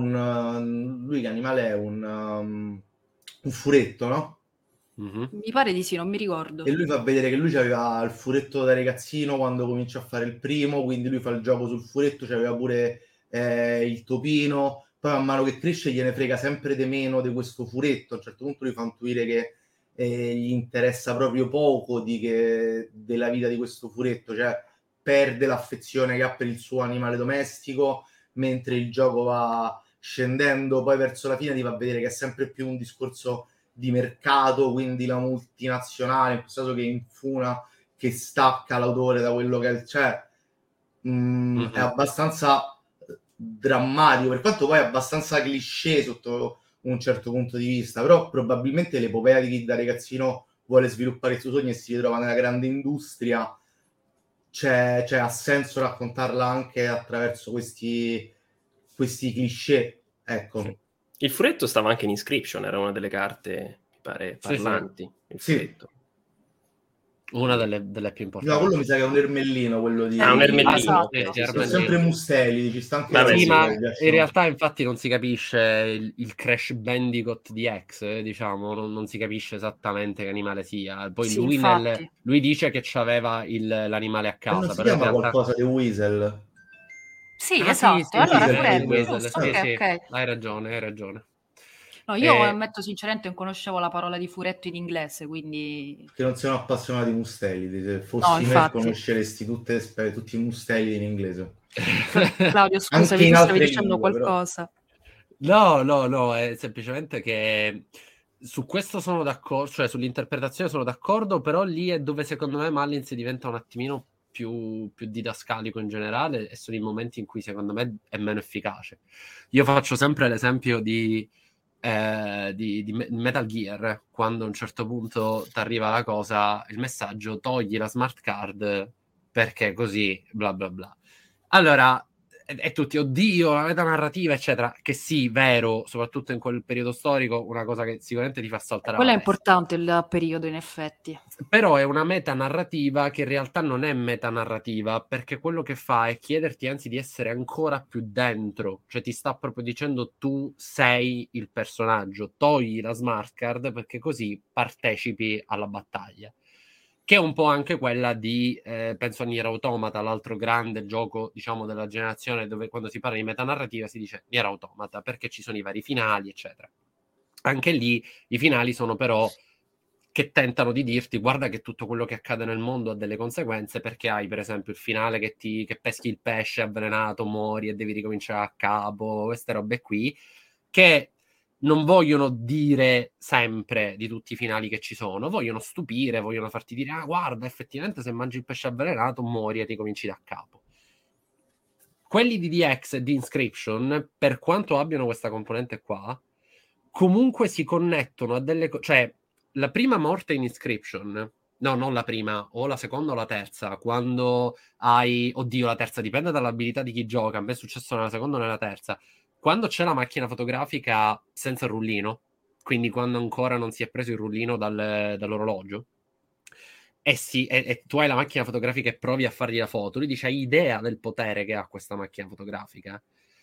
un lui che animale è un um, un furetto, no? Mm-hmm. Mi pare di sì, non mi ricordo. E lui fa vedere che lui aveva il furetto da ragazzino quando comincia a fare il primo, quindi lui fa il gioco sul furetto, c'aveva pure eh, il topino, poi man mano che cresce gliene frega sempre di meno di questo furetto, a un certo punto lui fa intuire che eh, gli interessa proprio poco di che, della vita di questo furetto, cioè perde l'affezione che ha per il suo animale domestico, mentre il gioco va scendendo, poi verso la fine ti fa vedere che è sempre più un discorso di mercato, quindi la multinazionale, in questo caso che infuna, che stacca l'autore da quello che è, cioè, mh, mm-hmm. è abbastanza drammatico, per quanto poi è abbastanza cliché sotto un certo punto di vista, però probabilmente l'epopea di chi da ragazzino vuole sviluppare il suo sogno e si ritrova nella grande industria, c'è, c'è ha senso raccontarla anche attraverso questi questi cliché, ecco. Il furetto stava anche in Inscription, era una delle carte, mi pare, parlanti. Sì, sì. Il furetto. Sì. Una delle, delle più importanti. No, quello mi sa che è un ermellino, quello di... Ah, un ermellino. Esatto. Okay, sì, sono sempre mustelli, ci sta anche... Vabbè, sì, sì, ma in realtà infatti non si capisce il, il Crash Bandicoot di X, eh, diciamo, non, non si capisce esattamente che animale sia. Poi sì, lui, nel, lui dice che c'aveva il, l'animale a casa. E non si però chiama in realtà... qualcosa di Weasel? Sì, ah, esatto, sì, sì, allora sì, pure Weasel, giusto, sì, ok, sì. ok. Hai ragione, hai ragione. No, io eh... ammetto sinceramente non conoscevo la parola di furetto in inglese, quindi... Che non siano appassionati di mustelli, se fossi no, me infatti. conosceresti tutte, tutti i mustelli in inglese. Claudio, scusami, tu stavi dicendo lingue, qualcosa. Però. No, no, no, è semplicemente che su questo sono d'accordo, cioè sull'interpretazione sono d'accordo, però lì è dove secondo me Mullins diventa un attimino più, più didascalico in generale, e sono i momenti in cui secondo me è meno efficace. Io faccio sempre l'esempio di, eh, di, di Metal Gear, quando a un certo punto ti arriva la cosa, il messaggio togli la smart card perché così bla bla bla. Allora, e, e tutti, oddio, la metanarrativa, eccetera, che sì, vero, soprattutto in quel periodo storico, una cosa che sicuramente ti fa saltare Quello è la testa. importante, il periodo, in effetti. Però è una metanarrativa che in realtà non è metanarrativa, perché quello che fa è chiederti anzi di essere ancora più dentro, cioè ti sta proprio dicendo tu sei il personaggio, togli la smart card perché così partecipi alla battaglia. Che è un po' anche quella di, eh, penso a Nier Automata, l'altro grande gioco, diciamo, della generazione, dove quando si parla di metanarrativa si dice Nier Automata, perché ci sono i vari finali, eccetera. Anche lì i finali sono però che tentano di dirti guarda che tutto quello che accade nel mondo ha delle conseguenze, perché hai per esempio il finale che, ti, che peschi il pesce avvelenato, muori e devi ricominciare a capo, queste robe qui, che non vogliono dire sempre di tutti i finali che ci sono, vogliono stupire, vogliono farti dire ah guarda effettivamente se mangi il pesce avvelenato muori e ricominci da capo. Quelli di D X e di Inscription, per quanto abbiano questa componente qua, comunque si connettono a delle cose, cioè la prima morte in Inscription, no, non la prima, o la seconda o la terza, quando hai, oddio, la terza dipende dall'abilità di chi gioca, a me è successo nella seconda o nella terza, quando c'è la macchina fotografica senza il rullino, quindi quando ancora non si è preso il rullino dal, dall'orologio, e, sì, e, e tu hai la macchina fotografica e provi a fargli la foto, lui dice hai idea del potere che ha questa macchina fotografica,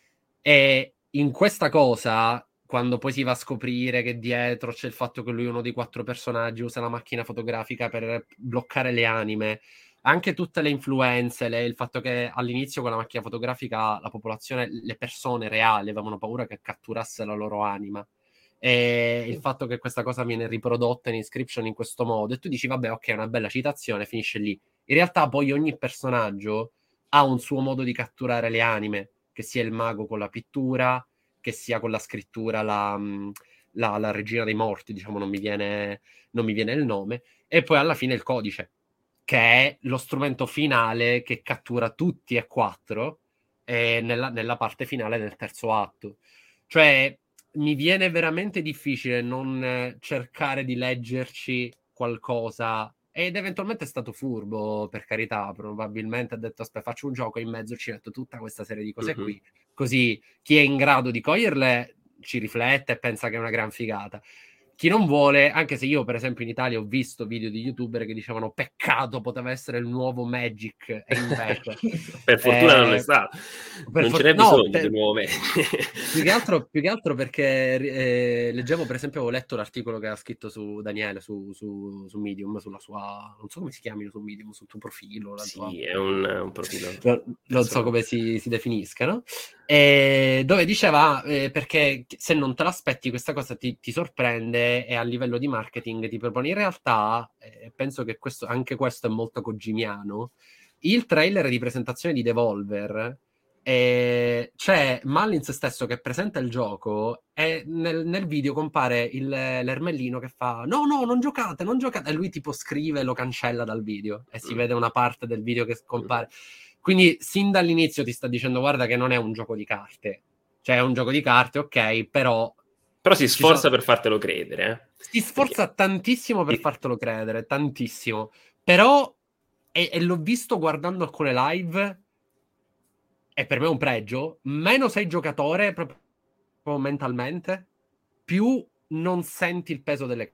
e in questa cosa, quando poi si va a scoprire che dietro c'è il fatto che lui è uno dei quattro personaggi, usa la macchina fotografica per bloccare le anime, anche tutte le influenze, le, il fatto che all'inizio con la macchina fotografica la popolazione, le persone reali avevano paura che catturasse la loro anima, e il fatto che questa cosa viene riprodotta in Inscription in questo modo, e tu dici vabbè ok, è una bella citazione, finisce lì. In realtà poi ogni personaggio ha un suo modo di catturare le anime, che sia il mago con la pittura, che sia con la scrittura la, la, la regina dei morti, diciamo, non mi viene, non mi viene il nome, e poi alla fine il codice, che è lo strumento finale che cattura tutti e quattro eh, nella, nella parte finale del terzo atto. Cioè, mi viene veramente difficile non eh, cercare di leggerci qualcosa, ed eventualmente è stato furbo, per carità, probabilmente ha detto aspetta, faccio un gioco e in mezzo ci metto tutta questa serie di cose Mm-hmm. qui, così chi è in grado di coglierle ci riflette e pensa che è una gran figata. Chi non vuole, anche se io per esempio in Italia ho visto video di youtuber che dicevano peccato, poteva essere il nuovo Magic, e invece per fortuna eh, non è stato, non for- ce n'è no, bisogno per... di nuovo Magic. più, che altro, più che altro perché eh, leggevo per esempio, avevo letto l'articolo che ha scritto su Daniele su, su, su Medium, sulla sua, non so come si chiamino su Medium, sul tuo profilo, la sì, tua... è un, un profilo no, non so come si, si definisca, no? E dove diceva eh, perché se non te l'aspetti questa cosa ti, ti sorprende, e a livello di marketing ti propone. In realtà eh, penso che questo, anche questo è molto kojimiano. Il trailer di presentazione di Devolver eh, c'è Mullins stesso che presenta il gioco, e nel, nel video compare il, l'ermellino che fa no no non giocate non giocate, e lui tipo scrive e lo cancella dal video, e si Mm. vede una parte del video che compare. Quindi sin dall'inizio ti sta dicendo guarda che non è un gioco di carte, cioè è un gioco di carte, ok, però però si sforza sono... per fartelo credere, eh? si sforza Perché... tantissimo per fartelo credere, tantissimo, però e, e l'ho visto guardando alcune live, e per me è un pregio. Meno sei giocatore proprio mentalmente, più non senti il peso delle.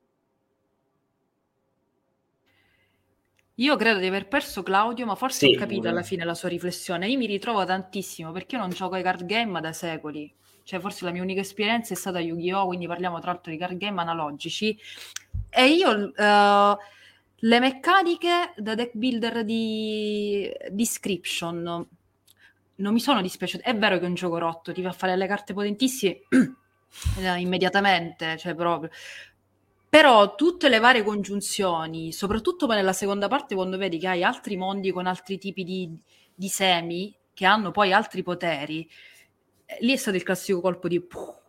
Io credo di aver perso Claudio, ma forse sì. ho capito alla fine la sua riflessione. Io mi ritrovo tantissimo perché io non gioco ai card game da secoli. Cioè, forse la mia unica esperienza è stata Yu-Gi-Oh!, quindi parliamo tra l'altro di card game analogici. E io uh, le meccaniche da deck builder di Description non mi sono dispiaciute. È vero che è un gioco rotto, ti fa fare le carte potentissime immediatamente, cioè proprio. Però tutte le varie congiunzioni, soprattutto poi nella seconda parte, quando vedi che hai altri mondi con altri tipi di, di semi che hanno poi altri poteri, eh, lì è stato il classico colpo di puh.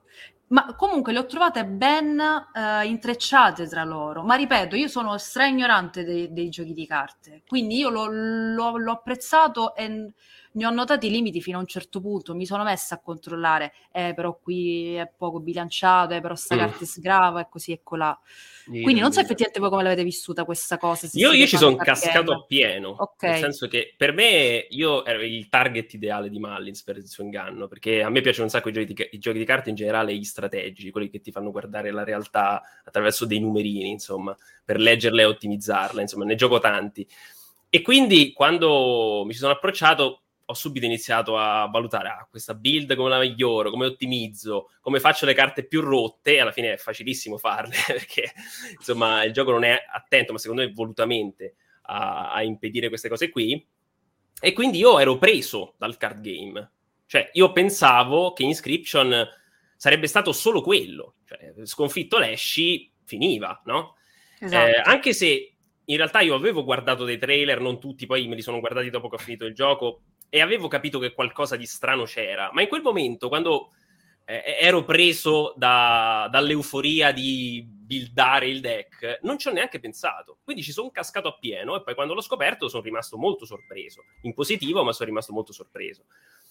Ma comunque le ho trovate ben uh, intrecciate tra loro, ma ripeto, io sono stra ignorante dei, dei giochi di carte, quindi io l'ho, l'ho, l'ho apprezzato e ne ho notato i limiti fino a un certo punto, mi sono messa a controllare, eh, però qui è poco bilanciato, eh, però sta mm. carta sgrava e così e colà. Quindi non so effettivamente voi come l'avete vissuta questa cosa. Se io, io ci sono cascato game. appieno, okay. Nel senso che per me io ero il target ideale di Mullins per il suo inganno, perché a me piacciono un sacco i giochi di, i giochi di carte in generale, gli strategici, quelli che ti fanno guardare la realtà attraverso dei numerini, insomma, per leggerla e ottimizzarla, insomma, ne gioco tanti. E quindi quando mi ci sono approcciato ho subito iniziato a valutare ah, questa build come la miglioro, come ottimizzo, come faccio le carte più rotte, e alla fine è facilissimo farle, perché insomma il gioco non è attento, ma secondo me volutamente, a, a impedire queste cose qui. E quindi io ero preso dal card game. Cioè, io pensavo che Inscription sarebbe stato solo quello. Cioè, sconfitto Leshy, finiva, no? Esatto. Eh, anche se in realtà io avevo guardato dei trailer, non tutti, poi me li sono guardati dopo che ho finito il gioco, e avevo capito che qualcosa di strano c'era. Ma in quel momento, quando eh, ero preso da, dall'euforia di buildare il deck, non ci ho neanche pensato. Quindi ci sono cascato appieno, e poi quando l'ho scoperto sono rimasto molto sorpreso. In positivo, ma sono rimasto molto sorpreso.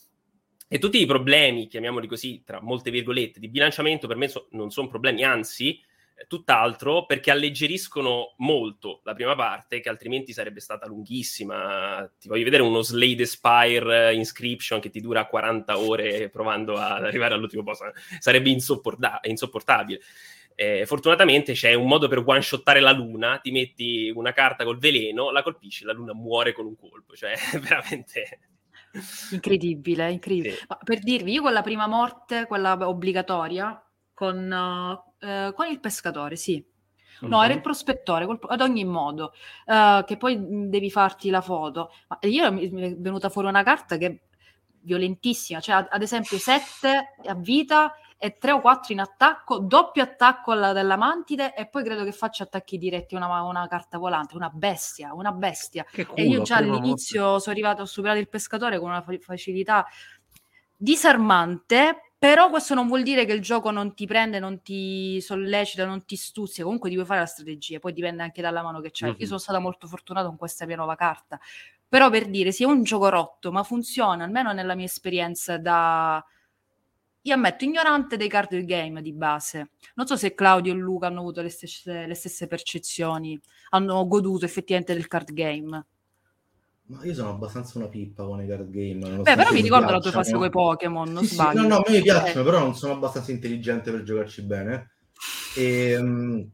E tutti i problemi, chiamiamoli così, tra molte virgolette, di bilanciamento per me so- non sono problemi, anzi, eh, tutt'altro, perché alleggeriscono molto la prima parte, che altrimenti sarebbe stata lunghissima. Ti voglio vedere uno Slay Spire Inscription che ti dura quaranta ore provando ad arrivare all'ultimo boss. Sarebbe insopporta- insopportabile. Eh, fortunatamente c'è un modo per one-shottare la luna, ti metti una carta col veleno, la colpisci, la luna muore con un colpo, cioè veramente... Incredibile, incredibile. Sì. Ma per dirvi, io con la prima morte, quella obbligatoria, con, uh, uh, con il pescatore, sì. No, uh-huh. Era il prospettore, col, ad ogni modo, uh, che poi devi farti la foto. Ma io mi è venuta fuori una carta che è violentissima, cioè ad esempio sette a vita e tre o quattro in attacco, doppio attacco alla della mantide, e poi credo che faccia attacchi diretti una, una carta volante, una bestia, una bestia. Che culo, e io già all'inizio morte. sono arrivato, ho superato il pescatore con una facilità disarmante, però questo non vuol dire che il gioco non ti prende, non ti sollecita, non ti stuzzica, comunque devi fare la strategia, poi dipende anche dalla mano che c'hai. Mm-hmm. Io sono stata molto fortunata con questa mia nuova carta, però per dire, sì, è un gioco rotto, ma funziona, almeno nella mia esperienza da... Io ammetto, ignorante dei card game di base. Non so se Claudio e Luca hanno avuto le stesse, le stesse percezioni, hanno goduto effettivamente del card game. Ma io sono abbastanza una pippa con i card game. Beh, però mi ricordo la tua fase con i Pokémon, non sì, sbaglio. Sì, no, no, a me mi piacciono, eh. però non sono abbastanza intelligente per giocarci bene. E, um,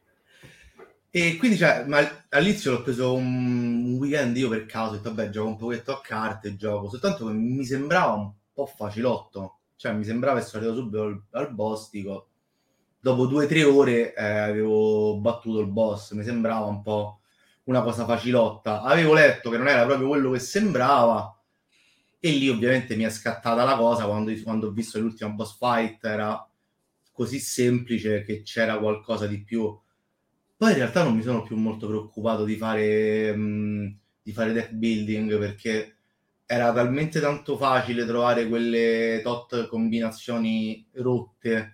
e quindi, cioè, ma all'inizio l'ho preso un weekend io per caso, ho detto, vabbè, gioco un pochetto a carte, gioco, soltanto che mi sembrava un po' facilotto. Cioè, mi sembrava essere arrivato subito al, al boss, dico, dopo due o tre ore eh, avevo battuto il boss, mi sembrava un po' una cosa facilotta. Avevo letto che non era proprio quello che sembrava, e lì ovviamente mi è scattata la cosa quando, quando ho visto l'ultimo boss fight, era così semplice che c'era qualcosa di più. Poi in realtà non mi sono più molto preoccupato di fare, mh, di fare deck building, perché era talmente tanto facile trovare quelle tot combinazioni rotte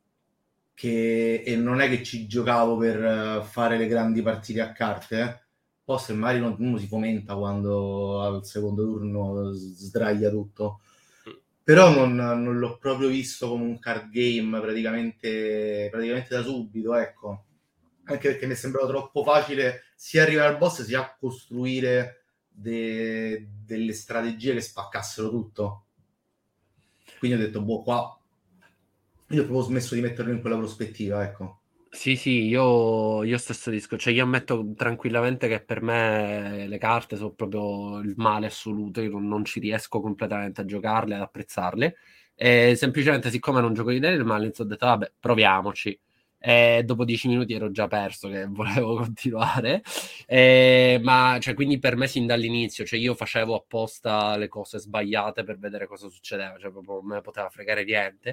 che e non è che ci giocavo per fare le grandi partite a carte, eh. Poi se magari uno, uno si fomenta quando al secondo turno sdraia tutto, però non, non l'ho proprio visto come un card game praticamente, praticamente da subito, ecco, anche perché mi è sembrato troppo facile sia arrivare al boss sia costruire De, delle strategie che spaccassero tutto. Quindi ho detto, boh, qua io ho proprio smesso di metterlo in quella prospettiva, ecco. Sì, sì, io, io stesso disco, cioè io ammetto tranquillamente che per me le carte sono proprio il male assoluto, io non, non ci riesco completamente a giocarle, ad apprezzarle, e semplicemente siccome non gioco di Daniel Mullins ho detto, vabbè, proviamoci. E dopo dieci minuti ero già perso che volevo continuare, e, ma cioè, quindi per me sin dall'inizio, cioè io facevo apposta le cose sbagliate per vedere cosa succedeva, cioè proprio non me ne poteva fregare niente,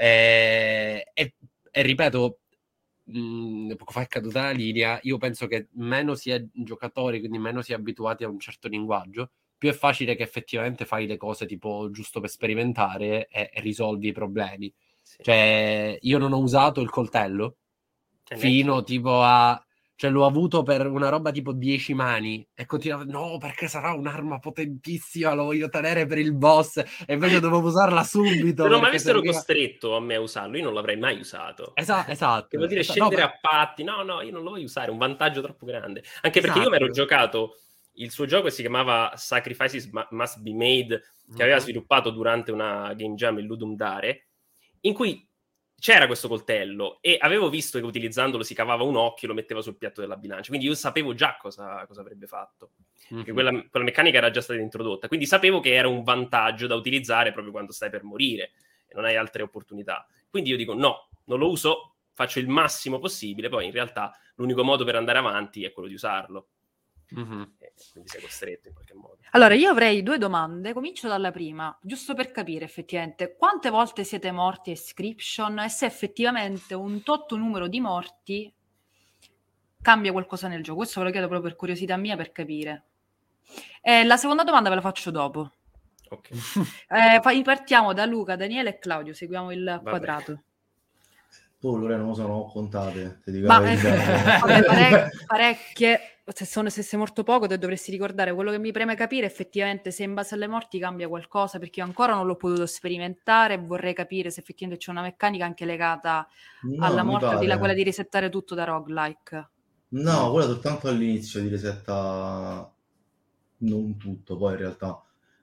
e, e, e ripeto, mh, poco fa è caduta la linea, io penso che meno si è giocatori, quindi meno si è abituati a un certo linguaggio, più è facile che effettivamente fai le cose tipo giusto per sperimentare e, e risolvi i problemi. sì. Cioè, io non ho usato il coltello E fino neanche- tipo a... Cioè, l'ho avuto per una roba tipo dieci mani e continuavo, no, perché sarà un'arma potentissima, lo voglio tenere per il boss, e invece dovevo usarla subito Se non mi perché avessero serviva... costretto a me a usarlo, io non l'avrei mai usato. Esatto, esatto. Che vuol dire esatto. No, scendere ma- a patti. No, no, io non lo voglio usare, è un vantaggio troppo grande. Anche perché io mi ero Esatto. giocato il suo gioco che si chiamava Sacrifices Must Be Made, che aveva Mhm. sviluppato durante una game jam, il Ludum Dare, in cui c'era questo coltello e avevo visto che utilizzandolo si cavava un occhio e lo metteva sul piatto della bilancia, quindi io sapevo già cosa, cosa avrebbe fatto. Perché Mhm. quella, quella meccanica era già stata introdotta, quindi sapevo che era un vantaggio da utilizzare proprio quando stai per morire e non hai altre opportunità. Quindi io dico no, non lo uso, faccio il massimo possibile, poi in realtà l'unico modo per andare avanti è quello di usarlo. Mhm. E quindi sei costretto in qualche modo. Allora, io avrei due domande. Comincio dalla prima, giusto per capire effettivamente quante volte siete morti a Inscription e se effettivamente un tot numero di morti cambia qualcosa nel gioco. Questo ve lo chiedo proprio per curiosità mia, per capire. E la seconda domanda ve la faccio dopo. Ok. Eh, fa- partiamo da Luca, Daniele e Claudio, seguiamo il Vabbè. quadrato. Oh, Lorena, non lo so, non ho contate. Ti dico Ma la eh, verità. vabbè, pare- parecchie, se, sono, se sei morto poco te dovresti ricordare. Quello che mi preme capire effettivamente se in base alle morti cambia qualcosa, perché io ancora non l'ho potuto sperimentare e vorrei capire se effettivamente c'è una meccanica anche legata No, alla mi morte, al di là pare. quella di risettare tutto da roguelike. No, Mm. quella soltanto all'inizio di resetta non tutto, poi in realtà.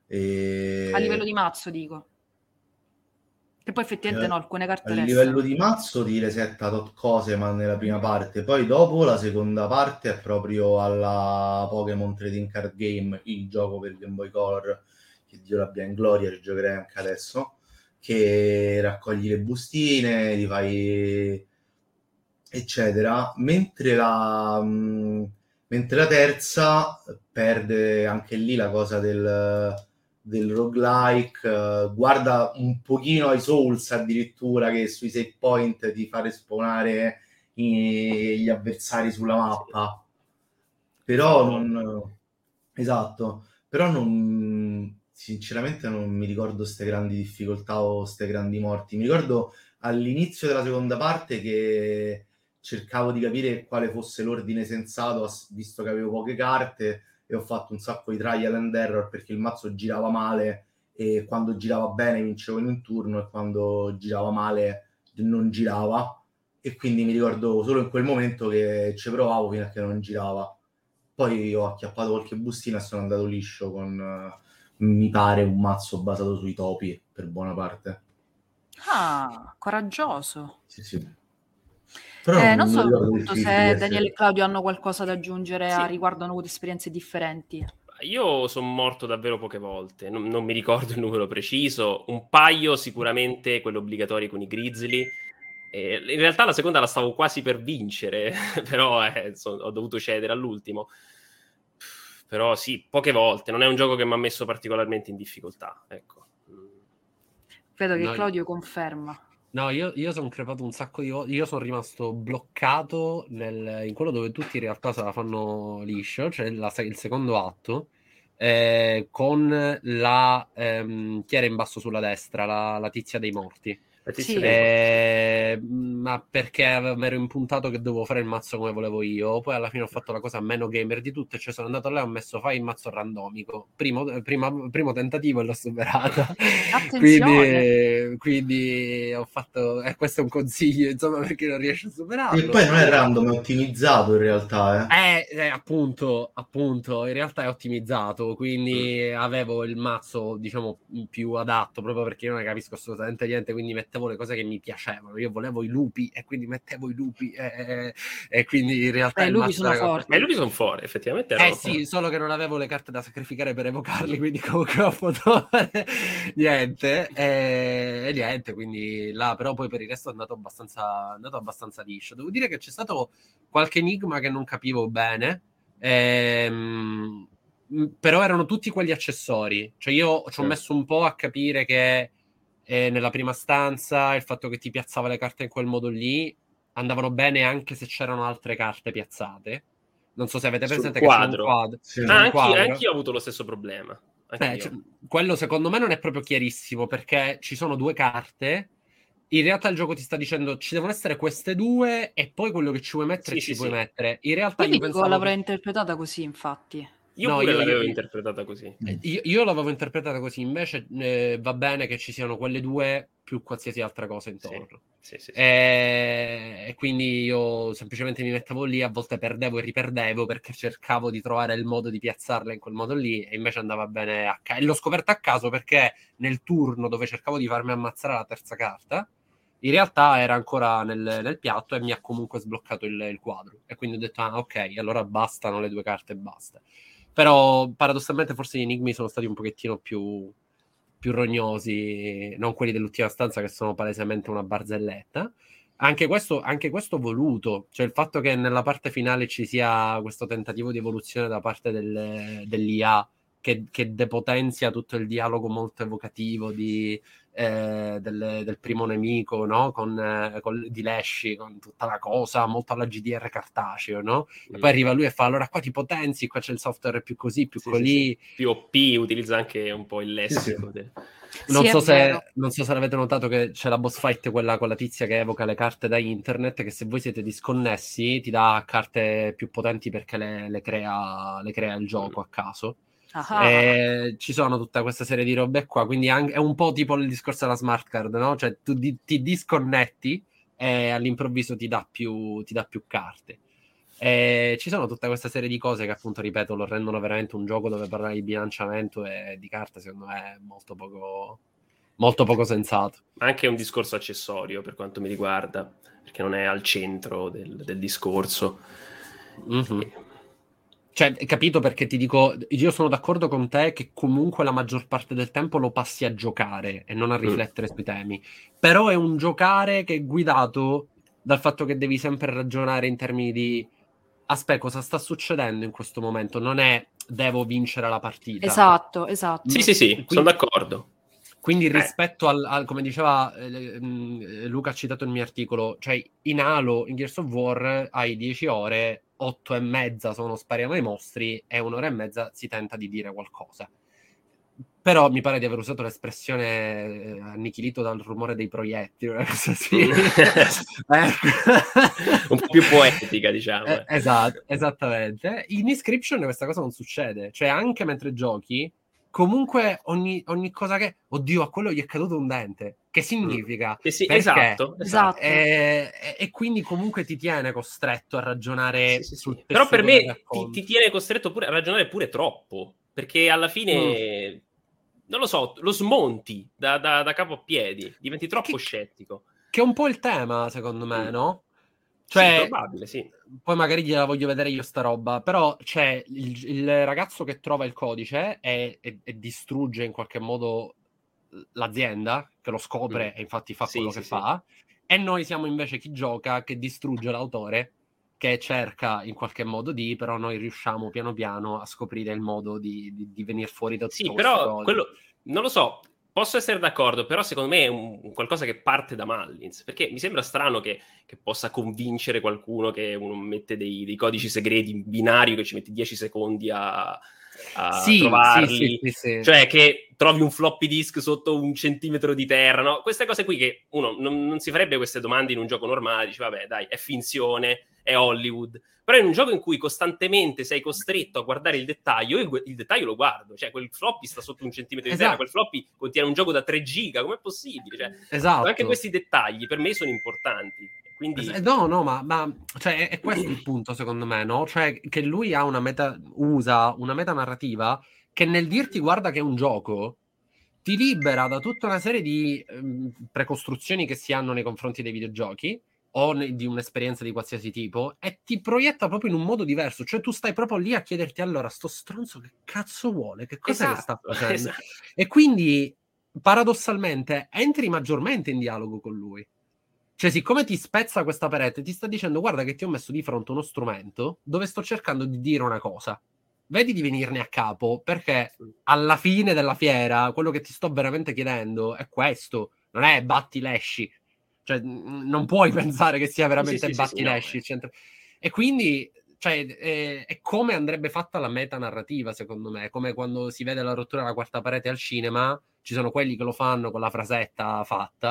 A livello E... di mazzo, dico. Che poi effettivamente eh, no, alcune a carte livello restano. di mazzo ti resetta tot cose, ma nella prima parte. Poi dopo la seconda parte è proprio alla Pokémon Trading Card Game, il gioco per Game Boy Color, che Dio l'abbia in gloria, ci giocherei anche adesso, che raccogli le bustine, ti fai eccetera, mentre la, mh, mentre la terza perde anche lì la cosa del, del roguelike, eh, guarda un pochino ai Souls addirittura, che sui save point ti fa respawnare i- gli avversari sulla mappa, però non... Esatto, però non... sinceramente non mi ricordo ste grandi difficoltà o ste grandi morti. Mi ricordo all'inizio della seconda parte che cercavo di capire quale fosse l'ordine sensato, ass- visto che avevo poche carte, e ho fatto un sacco di trial and error perché il mazzo girava male e quando girava bene vincevo in un turno e quando girava male non girava, e quindi mi ricordo solo in quel momento che ci provavo fino a che non girava. Poi ho acchiappato qualche bustina e sono andato liscio con, eh, mi pare, un mazzo basato sui topi per buona parte. Ah, coraggioso. Sì, sì. Però Eh, non, non non so ricordo appunto difficili di se Daniele essere. e Claudio hanno qualcosa da aggiungere a Sì. riguardo, hanno avuto esperienze differenti. Io sono morto davvero poche volte, non, non mi ricordo il numero preciso, un paio sicuramente, quelli obbligatori con i Grizzly. E in realtà la seconda la stavo quasi per vincere, però eh, so- ho dovuto cedere all'ultimo. Però sì, poche volte, non è un gioco che mi ha messo particolarmente in difficoltà, ecco. Vedo che No, Claudio conferma. no, io, io sono crepato un sacco di volte. Io sono rimasto bloccato nel- in quello dove tutti in realtà se la fanno liscio, cioè la- il secondo atto, eh, con la ehm, chi era in basso sulla destra, la, la tizia dei morti. La tizia Sì. dei morti. Eh, ma perché avevo- mi ero impuntato che dovevo fare il mazzo come volevo io. Poi alla fine ho fatto la cosa meno gamer di tutte, cioè sono andato là e ho messo fai il mazzo randomico. Primo, prima- primo tentativo e l'ho superata. Attenzione. quindi, quindi ho fatto. E eh, questo è un consiglio, insomma, perché non riesce a E superarlo. poi non è random, è ottimizzato in realtà, eh. Eh, eh, appunto, appunto, in realtà è ottimizzato, quindi Mm. avevo il mazzo, diciamo, più adatto, proprio perché io non ne capisco assolutamente niente, quindi mettevo le cose che mi piacevano. Io volevo i lupi e quindi mettevo i lupi e, e- e quindi in realtà Beh, i il lupi mazzo sono era... forti. Ma i lupi sono fuori, effettivamente Eh erano sì, fuori. solo che non avevo le carte da sacrificare per evocarli, quindi comunque ho potuto fare niente e, e niente, quindi là però poi per il resto è andato abbastanza, è andato abbastanza liscio. Devo dire che c'è stato qualche enigma che non capivo bene, ehm, però erano tutti quegli accessori, cioè io ci ho Mm. messo un po' a capire che eh, nella prima stanza il fatto che ti piazzava le carte in quel modo lì andavano bene anche se c'erano altre carte piazzate. Non so se avete Sul presente che c'è un quadro. quadro. Sì. C'è Ah, un anch'io, quadro. anch'io ho avuto lo stesso problema. Eh, Anch'io. cioè, quello secondo me non è proprio chiarissimo perché ci sono due carte in realtà il gioco ti sta dicendo ci devono essere queste due e poi quello che ci vuoi mettere Sì, ci sì, puoi sì. mettere. In realtà Io io mi dico, pensavo l'avrei che... interpretata così, infatti. Io No, pure io, l'avevo io, interpretata così. io, io l'avevo interpretata così, invece eh, va bene che ci siano quelle due più qualsiasi altra cosa intorno. Sì, sì, sì, sì. E... e quindi io semplicemente mi mettevo lì, a volte perdevo e riperdevo perché cercavo di trovare il modo di piazzarla in quel modo lì e invece andava bene a caso. E l'ho scoperto a caso perché nel turno dove cercavo di farmi ammazzare la terza carta, in realtà era ancora nel, nel piatto e mi ha comunque sbloccato il, il quadro. E quindi ho detto, ah ok, allora bastano le due carte e basta. Però paradossalmente forse gli enigmi sono stati un pochettino più, più rognosi, non quelli dell'ultima stanza che sono palesemente una barzelletta. Anche questo, anche questo voluto, cioè il fatto che nella parte finale ci sia questo tentativo di evoluzione da parte del, dell'I A che, che depotenzia tutto il dialogo molto evocativo di, eh, del, del primo nemico, no? Con, eh, con di Lesci, con tutta la cosa, molto alla G D R cartaceo, no? E Mm. poi arriva lui e fa, allora qua ti potenzi, qua c'è il software più così, più Sì, colì. sì, sì. Più O P, utilizza anche un po' il lessico. Sì, sì. De... Non, Sì, so è vero. se, non so se l'avete notato che c'è la boss fight, quella con la tizia che evoca le carte da internet, che se voi siete disconnessi ti dà carte più potenti perché le, le crea, le crea il gioco a caso. Ah, E ci sono tutta questa serie di robe qua, quindi anche, è un po' tipo il discorso della smart card, no? Cioè tu di, ti disconnetti e all'improvviso ti dà più, ti dà più carte. E ci sono tutta questa serie di cose che appunto, ripeto, lo rendono veramente un gioco dove parlare di bilanciamento e di carte secondo me è molto poco, molto poco sensato. Anche un discorso accessorio per quanto mi riguarda, perché non è al centro del, del discorso. Mm-hmm. E... Cioè, capito, perché ti dico, io sono d'accordo con te che comunque la maggior parte del tempo lo passi a giocare e non a riflettere mm. sui temi. Però è un giocare che è guidato dal fatto che devi sempre ragionare in termini di aspetta, cosa sta succedendo in questo momento? Non è devo vincere la partita. esatto, esatto. Sì, sì, sì, quindi, sono d'accordo. Quindi eh. rispetto al, al, come diceva eh, Luca, ha citato il mio articolo, cioè in Halo, in Gears of War, hai dieci ore, otto e mezza sono spariamo ai mostri e un'ora e mezza si tenta di dire qualcosa. Però mi pare di aver usato l'espressione eh, annichilito dal rumore dei proiettili, una cosa sì. Un po' più poetica, diciamo. Eh, esatto, esattamente. In Inscription questa cosa non succede, cioè anche mentre giochi, comunque ogni, ogni cosa che... Oddio, a quello gli è caduto un dente. Che significa? Che sì, perché? esatto, esatto. E, e quindi comunque ti tiene costretto a ragionare sì, sì, sul sì. Però per me ti, ti tiene costretto pure a ragionare pure troppo, perché alla fine... Mm. Non lo so, lo smonti da, da, da capo a piedi, diventi troppo che, scettico. Che è un po' il tema, secondo me, mm. no? Cioè, sì, probabile, sì. Poi magari gliela voglio vedere io sta roba, però c'è il, il ragazzo che trova il codice e, e, e distrugge in qualche modo l'azienda, che lo scopre mm. e infatti fa sì, quello sì, che sì. fa, e noi siamo invece chi gioca, che distrugge l'autore, che cerca in qualche modo di, però noi riusciamo piano piano a scoprire il modo di, di, di venire fuori da tutto sì, questo però quello, non lo so, posso essere d'accordo, però secondo me è un, un qualcosa che parte da Mullins, perché mi sembra strano che, che possa convincere qualcuno che uno mette dei, dei codici segreti in binario che ci metti dieci secondi a, a sì, trovarli, sì, sì, sì, sì. Cioè che trovi un floppy disk sotto un centimetro di terra, no? Queste cose qui che uno non, non si farebbe queste domande in un gioco normale, dice vabbè dai, è finzione, è Hollywood. Però in un gioco in cui costantemente sei costretto a guardare il dettaglio, io il dettaglio lo guardo, cioè quel floppy sta sotto un centimetro di esatto. terra, quel floppy contiene un gioco da tre giga, com'è possibile? Cioè, esatto. Anche questi dettagli per me sono importanti. Quindi... No, no, ma, ma cioè, è questo il punto, secondo me, no? Cioè, che lui ha una meta, usa una meta narrativa che nel dirti guarda che è un gioco, ti libera da tutta una serie di um, precostruzioni che si hanno nei confronti dei videogiochi o ne, di un'esperienza di qualsiasi tipo e ti proietta proprio in un modo diverso. Cioè tu stai proprio lì a chiederti allora sto stronzo che cazzo vuole? Che cosa esatto, sta facendo? Esatto. E quindi paradossalmente entri maggiormente in dialogo con lui. Cioè, siccome ti spezza questa parete, ti sta dicendo guarda che ti ho messo di fronte uno strumento dove sto cercando di dire una cosa. Vedi di venirne a capo, perché alla fine della fiera quello che ti sto veramente chiedendo è questo, non è batti lesci. Cioè, non puoi pensare che sia veramente sì, sì, batti sì, lesci. sì, no. E quindi, cioè, è, è come andrebbe fatta la meta narrativa, secondo me. È come quando si vede la rottura della quarta parete al cinema, ci sono quelli che lo fanno con la frasetta fatta,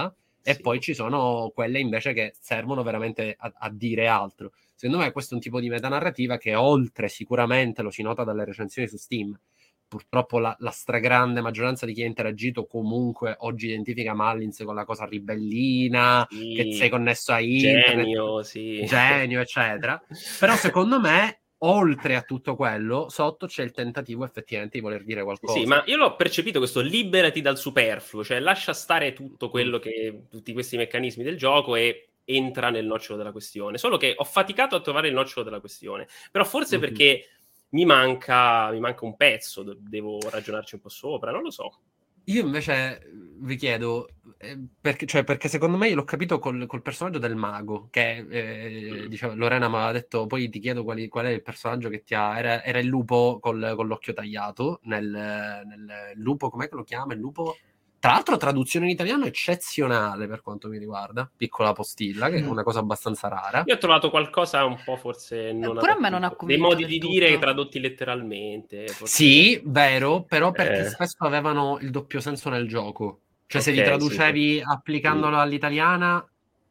e Sì. poi ci sono quelle invece che servono veramente a, a dire altro. Secondo me questo è un tipo di metanarrativa che oltre sicuramente lo si nota dalle recensioni su Steam. Purtroppo la, la stragrande maggioranza di chi ha interagito comunque oggi identifica Mullins con la cosa ribellina, Sì, che sei connesso a internet, genio, sì. genio, eccetera. Però secondo me, oltre a tutto quello, sotto c'è il tentativo effettivamente di voler dire qualcosa. Sì, ma io l'ho percepito questo liberati dal superfluo, cioè lascia stare tutto quello che, tutti questi meccanismi del gioco e entra nel nocciolo della questione. Solo che ho faticato a trovare il nocciolo della questione, però forse Mhm. perché mi manca, mi manca un pezzo, do- devo ragionarci un po' sopra, non lo so. Io invece vi chiedo, eh, perché, cioè, perché secondo me io l'ho capito col, col personaggio del mago, che eh, Mm. diceva, Lorena mi ha detto, poi ti chiedo quali- qual è il personaggio che ti ha... Era, era il lupo col, con l'occhio tagliato, nel, nel lupo, com'è che lo chiama? Il lupo... Tra l'altro traduzione in italiano eccezionale per quanto mi riguarda, piccola postilla, che è una cosa abbastanza rara. Io ho trovato qualcosa un po' forse non Pure a me non ha adatto, dei convinto modi del di dire tutto. tradotti letteralmente. Forse... Sì, vero, però perché Eh. spesso avevano il doppio senso nel gioco. Cioè, se li Ok, sì, sì. traducevi applicandolo Mm. all'italiana,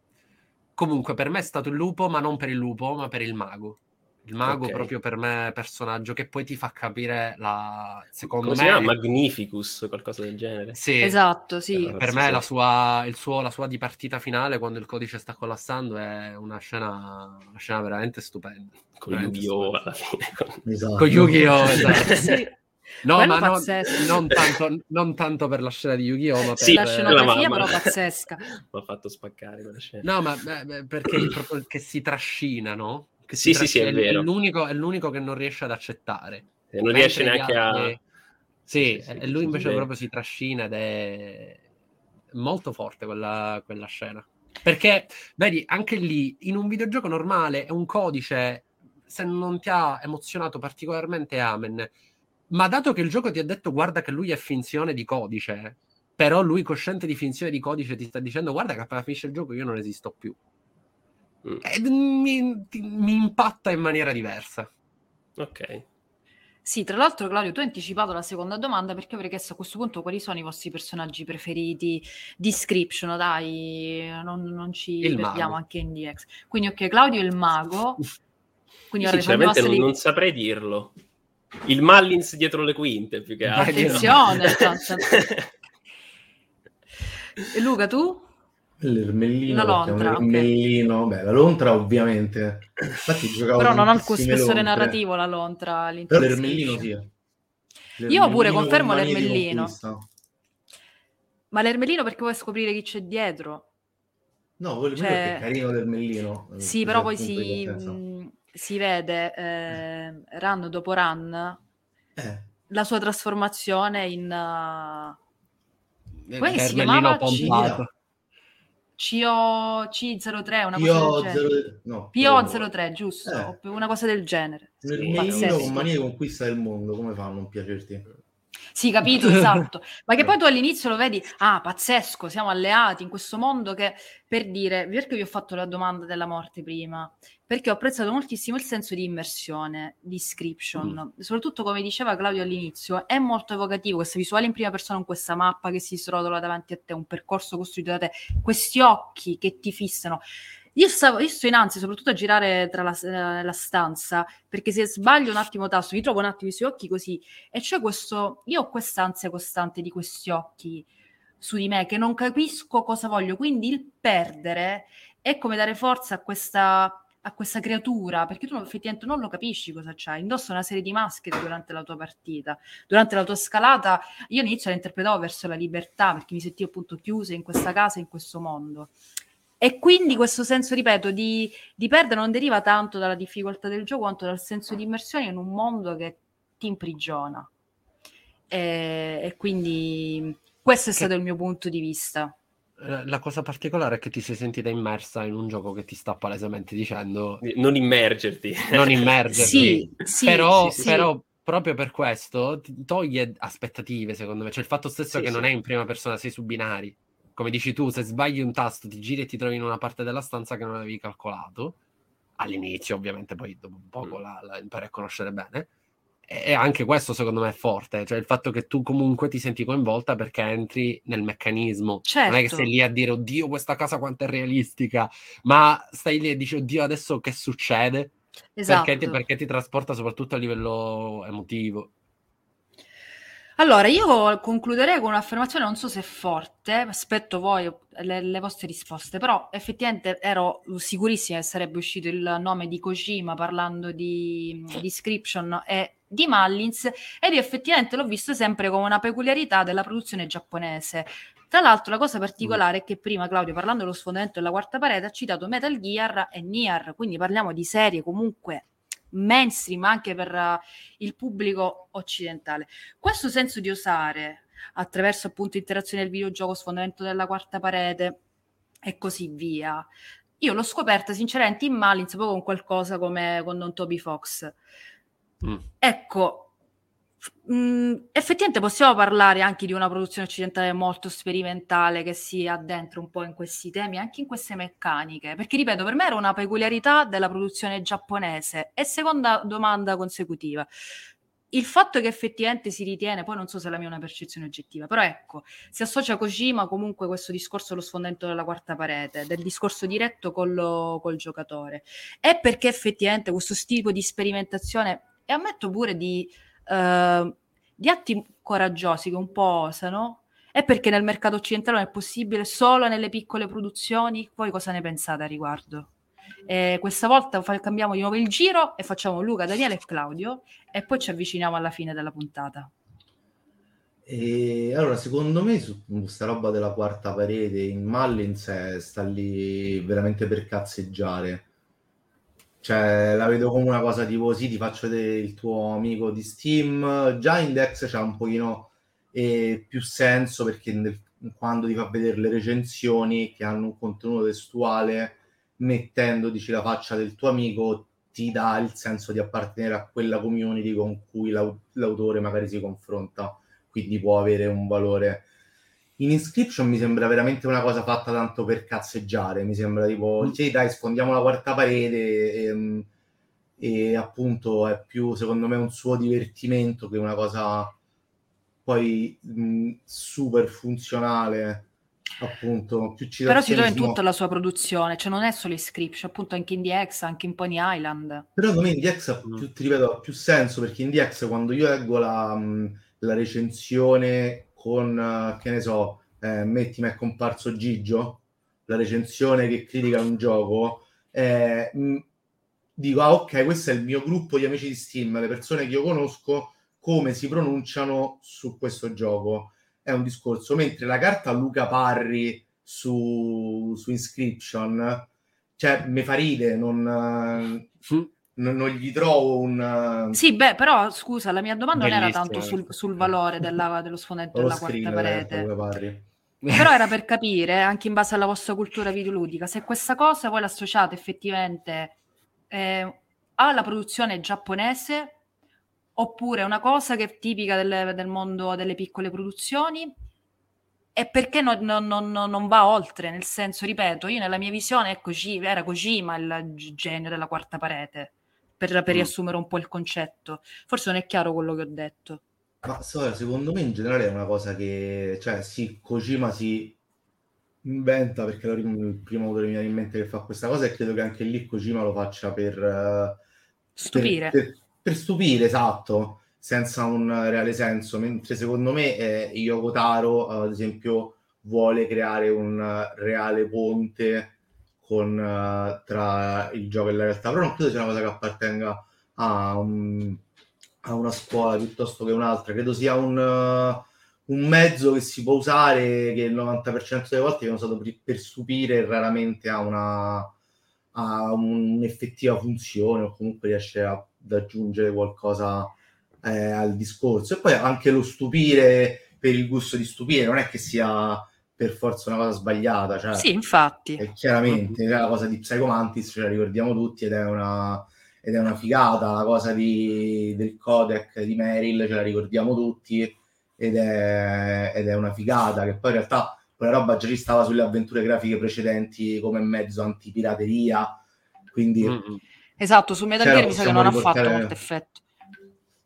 comunque per me è stato il lupo, ma non per il lupo, ma per il mago. Il mago Ok. proprio per me è personaggio che poi ti fa capire la... Secondo Come si me... chiama? è- Magnificus, qualcosa del genere. Sì, Esatto, sì. Ah, per sì, me sì. la sua, il suo, la sua di partita finale, quando il codice sta collassando, è una scena, una scena veramente stupenda. Con Veramente Yu-Gi-Oh! stupenda. Alla fine. Esatto. Con Yu-Gi-Oh! Esatto. Sì. No, Quello ma non, pazzesco. non tanto, non tanto per la scena di Yu-Gi-Oh! Ma per... Sì, La quella scenografia mamma. però pazzesca. Mi ha fatto spaccare quella scena. No, ma beh, beh, perché il proprio che si trascina, no? Che si Sì, sì, sì, trascina, è è, è vero. l'unico, è l'unico che non riesce ad accettare. E non riesce Mentre gli neanche a... altri... Sì, Sì, sì, e sì, lui sì, invece sì. proprio si trascina ed è molto forte quella, quella scena. Perché, vedi, anche lì, in un videogioco normale, è un codice, se non ti ha emozionato particolarmente, amen. Ma dato che il gioco ti ha detto, guarda che lui è finzione di codice, però lui cosciente di finzione di codice ti sta dicendo, guarda che appena finisce il gioco io non esisto più. Mm. Ed mi, mi impatta in maniera diversa. Ok. Sì, tra l'altro Claudio, tu hai anticipato la seconda domanda perché avrei chiesto a questo punto quali sono i vostri personaggi preferiti di Scription, dai, non, non ci Il perdiamo mago. anche in D X. Quindi ok, Claudio è il mago, quindi Io ora fammi sinceramente non, passare... non saprei dirlo. Il Mullins dietro le quinte, più che altro. Attenzione! Cioè, cioè... E Luca, tu? L'ermellino, La perché è un lontra, ok. ermellino. Beh, la lontra ovviamente. Infatti giocavo Però non ha il suo tantissime spessore lontre. narrativo la lontra Però all'interno di l'ermellino sì. Scription. L'ermellino Io pure con confermo manie di l'ermellino. conquista. Ma l'ermellino perché vuoi scoprire chi c'è dietro? No, quello Cioè- perché è carino l'ermellino. eh, Sì, così però al poi punto di si, partenza. mh, si vede eh, run dopo run Eh, la sua trasformazione in... uh, come si Ermellino chiamava? pompato. C O C zero tre, una cosa del Io genere. zero... No, P O zero tre, giusto? Eh. O una cosa del genere. un Sì, ermellino pazzesco. con manie di conquista del mondo, come fa a non piacerti? Sì, capito, esatto. Ma che poi tu all'inizio lo vedi, ah, pazzesco, siamo alleati in questo mondo che, per dire, perché vi ho fatto la domanda della morte prima? Perché ho apprezzato moltissimo il senso di immersione di Scription, mm. soprattutto come diceva Claudio all'inizio, è molto evocativo, questa visuale in prima persona con questa mappa che si srotola davanti a te, un percorso costruito da te, questi occhi che ti fissano. Io, stavo, io sto in ansia soprattutto a girare tra la, eh, la stanza, perché se sbaglio un attimo tasto, mi trovo un attimo i suoi occhi così, e c'è questo, io ho questa ansia costante di questi occhi su di me, che non capisco cosa voglio, quindi il perdere è come dare forza a questa, a questa creatura, perché tu effettivamente non lo capisci cosa c'hai, indossa una serie di maschere durante la tua partita, durante la tua scalata, io all'inizio la interpretavo verso la libertà, perché mi sentivo appunto chiusa in questa casa, in questo mondo. E quindi questo senso, ripeto, di, di perdere non deriva tanto dalla difficoltà del gioco quanto dal senso di immersione in un mondo che ti imprigiona. E, e quindi questo è che, stato il mio punto di vista. La cosa particolare è che ti sei sentita immersa in un gioco che ti sta palesemente dicendo non immergerti. Non immergerti. Sì, sì, però, sì, sì. però proprio per questo ti toglie aspettative, secondo me. Cioè il fatto stesso sì, che sì. non è in prima persona, sei su binari. Come dici tu, se sbagli un tasto ti giri e ti trovi in una parte della stanza che non avevi calcolato all'inizio, ovviamente poi dopo un poco la, la impari a conoscere bene, E anche questo secondo me è forte, cioè il fatto che tu comunque ti senti coinvolta perché entri nel meccanismo. Certo. Non è che stai lì a dire oddio questa cosa quanto è realistica, ma stai lì e dici oddio adesso che succede? Esatto. Perché ti, perché ti trasporta soprattutto a livello emotivo. Allora, io concluderei con un'affermazione, non so se è forte, aspetto voi le, le vostre risposte, però effettivamente ero sicurissima che sarebbe uscito il nome di Kojima parlando di Description e di Mullins, ed io effettivamente l'ho visto sempre come una peculiarità della produzione giapponese. Tra l'altro la cosa particolare è che prima Claudio, parlando dello sfondamento della quarta parete, ha citato Metal Gear e Nier, quindi parliamo di serie comunque mainstream anche per uh, il pubblico occidentale. Questo senso di osare attraverso appunto interazione del videogioco, sfondamento della quarta parete e così via, io l'ho scoperta sinceramente in Mullins proprio con qualcosa come con Don Toby Fox. Mm. Ecco, Mm, effettivamente possiamo parlare anche di una produzione occidentale molto sperimentale che si addentra un po' in questi temi, anche in queste meccaniche, perché ripeto, per me era una peculiarità della produzione giapponese. E seconda domanda consecutiva, il fatto che effettivamente si ritiene, poi non so se la mia è una percezione oggettiva, però ecco, si associa a Kojima comunque questo discorso dello sfondamento della quarta parete, del discorso diretto col, col giocatore, è perché effettivamente questo tipo di sperimentazione, e ammetto pure di Uh, di atti coraggiosi che un po' osano, è perché nel mercato occidentale non è possibile, solo nelle piccole produzioni. Voi cosa ne pensate a riguardo? Eh, questa volta fa, cambiamo di nuovo il giro e facciamo Luca, Daniele e Claudio e poi ci avviciniamo alla fine della puntata. E allora, secondo me su questa roba della quarta parete in Mullins è, sta lì veramente per cazzeggiare. Cioè, la vedo come una cosa tipo, sì, ti faccio vedere il tuo amico di Steam. Già Index c'ha un pochino eh, più senso, perché nel, quando ti fa vedere le recensioni che hanno un contenuto testuale, mettendotici la faccia del tuo amico, ti dà il senso di appartenere a quella community con cui l'au- l'autore magari si confronta, quindi può avere un valore. In Inscription mi sembra veramente una cosa fatta tanto per cazzeggiare, mi sembra tipo, mm. sì dai, sfondiamo la quarta parete e, e appunto è più, secondo me, un suo divertimento che una cosa poi mh, super funzionale, appunto, più però si trova in tutta la sua produzione, cioè non è solo Inscription, appunto anche in D X, anche in Pony Island. Però secondo me in D X ha più, ti ripeto, ha più senso, perché in D X quando io leggo la, la recensione con, che ne so, eh, metti mi è comparso Gigio, la recensione che critica un gioco, eh, mh, dico, ah ok, questo è il mio gruppo di amici di Steam, le persone che io conosco, come si pronunciano su questo gioco. È un discorso, mentre la carta Luca Parri su, su Inscription, cioè, mi fa ride, non, non, non gli trovo un... Sì, beh, però, scusa, la mia domanda non era tanto sul, sul valore della, dello sfondamento della quarta parete. Però era per capire, anche in base alla vostra cultura videoludica, se questa cosa voi l'associate effettivamente eh, alla produzione giapponese, oppure è una cosa che è tipica del, del mondo delle piccole produzioni, e perché non, non, non, non va oltre, nel senso, ripeto, io nella mia visione è Kojima, era Kojima il genio della quarta parete, per, per mm. riassumere un po' il concetto. Forse non è chiaro quello che ho detto. Ma secondo me in generale è una cosa che, cioè sì, Kojima si inventa, perché il primo autore mi viene in mente che fa questa cosa, e credo che anche lì Kojima lo faccia per uh, stupire. Per, per, per stupire, esatto, senza un reale senso, mentre secondo me eh, Yoko Taro, ad esempio, vuole creare un reale ponte con, uh, tra il gioco e la realtà, però non credo sia una cosa che appartenga a, un, a una scuola piuttosto che un'altra, credo sia un, uh, un mezzo che si può usare, che il novanta per cento delle volte viene usato per, per stupire e raramente ha una ha un'effettiva funzione, o comunque riesce a, ad aggiungere qualcosa eh, al discorso. E poi anche lo stupire per il gusto di stupire, non è che sia per forza una cosa sbagliata, cioè, sì, infatti è chiaramente mm-hmm. la cosa di Psycho Mantis ce la ricordiamo tutti ed è una, ed è una figata, la cosa di, del codec di Merrill ce la ricordiamo tutti ed è, ed è una figata, che poi in realtà quella roba già ci stava sulle avventure grafiche precedenti come mezzo antipirateria, quindi mm-hmm. esatto, su Metal Gear mi sa che non ha fatto molto effetto.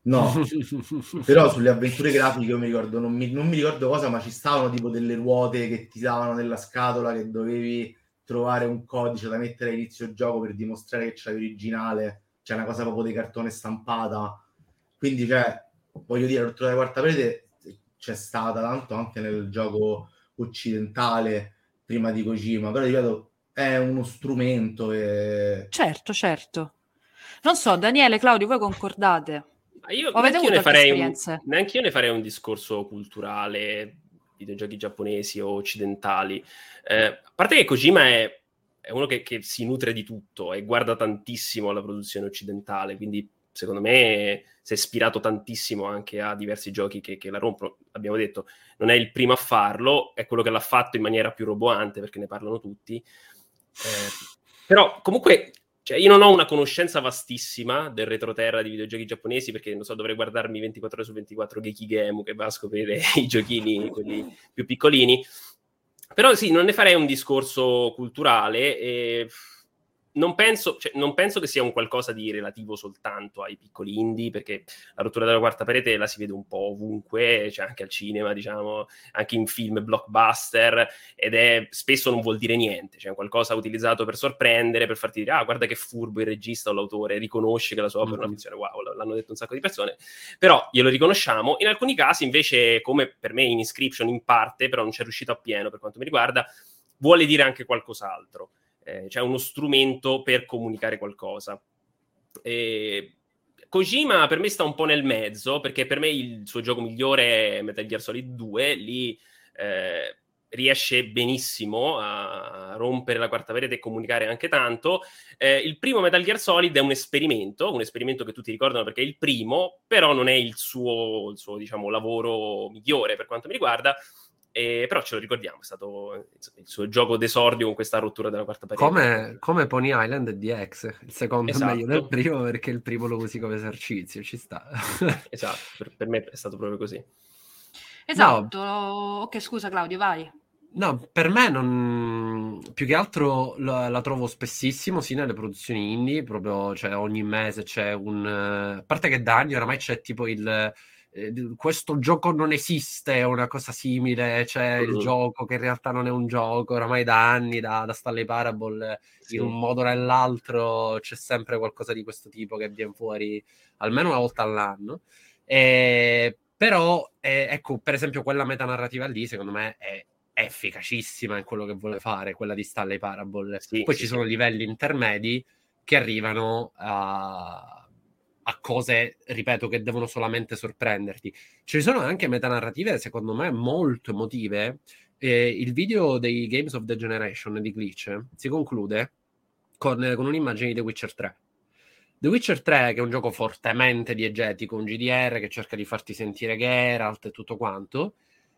No, però sulle avventure grafiche io mi ricordo, non mi, non mi ricordo cosa, ma ci stavano tipo delle ruote che ti davano nella scatola che dovevi trovare un codice da mettere all'inizio gioco per dimostrare che c'è l'originale, c'è una cosa proprio di cartone stampata. Quindi, cioè, voglio dire, la rottura della quarta parete c'è stata tanto anche nel gioco occidentale prima di Kojima, però ripeto, è uno strumento e... Certo, certo. Non so, Daniele, Claudio, voi concordate? Io, O avete neanche io avuto ne altre farei un, esperienze? neanche io ne farei un discorso culturale, videogiochi giapponesi o occidentali. Eh, a parte che Kojima è, è uno che, che si nutre di tutto e guarda tantissimo alla produzione occidentale, quindi secondo me si è ispirato tantissimo anche a diversi giochi che, che la rompono. Abbiamo detto, non è il primo a farlo, è quello che l'ha fatto in maniera più roboante, perché ne parlano tutti. Eh, però comunque... Cioè, io non ho una conoscenza vastissima del retroterra di videogiochi giapponesi, perché, non so, dovrei guardarmi ventiquattro ore su ventiquattro Gekigemu, che va a scoprire i giochini, quelli più piccolini. Però sì, non ne farei un discorso culturale e... Non penso, cioè, non penso che sia un qualcosa di relativo soltanto ai piccoli indie, perché la rottura della quarta parete la si vede un po' ovunque, cioè anche al cinema, diciamo, anche in film blockbuster, ed è spesso non vuol dire niente, cioè qualcosa utilizzato per sorprendere, per farti dire, ah, guarda che furbo il regista o l'autore, riconosce che la sua opera è una finzione, wow, l'hanno detto un sacco di persone, però glielo riconosciamo. In alcuni casi invece, come per me in Inscription in parte, però non c'è riuscito appieno per quanto mi riguarda, vuole dire anche qualcos'altro. Eh, c'è uno strumento per comunicare qualcosa. E Kojima per me sta un po' nel mezzo, perché per me il suo gioco migliore è Metal Gear Solid due, lì eh, riesce benissimo a rompere la quarta parete e comunicare anche tanto. Eh, il primo Metal Gear Solid è un esperimento, un esperimento che tutti ricordano perché è il primo, però non è il suo, il suo diciamo, lavoro migliore per quanto mi riguarda. Eh, però ce lo ricordiamo, è stato il suo gioco d'esordio con questa rottura della quarta parete. Come, come Pony Island e D X, il secondo Esatto. è meglio del primo perché il primo lo usi come esercizio, ci sta. Esatto, per, per me è stato proprio così. Esatto, no. Ok, scusa Claudio, vai. No, per me non... più che altro la, la trovo spessissimo, sì, nelle produzioni indie, proprio, cioè ogni mese c'è un... A parte che da anni oramai c'è tipo il... questo gioco non esiste, una cosa simile, c'è Mm-hmm. il gioco che in realtà non è un gioco, oramai da anni, da, da Stanley Parable, sì. In un modo o nell'altro c'è sempre qualcosa di questo tipo che viene fuori almeno una volta all'anno. E... Però, eh, ecco, per esempio quella metanarrativa lì, secondo me, è efficacissima in quello che vuole fare, quella di Stanley Parable. Sì, Poi sì, ci sono sì. livelli intermedi che arrivano a, a cose, ripeto, che devono solamente sorprenderti. Ci sono anche metanarrative, secondo me, molto emotive. Eh, il video dei Games of the Generation di Glitch si conclude con, con un'immagine di The Witcher tre. The Witcher tre, che è un gioco fortemente diegetico, un G D R che cerca di farti sentire Geralt e tutto quanto,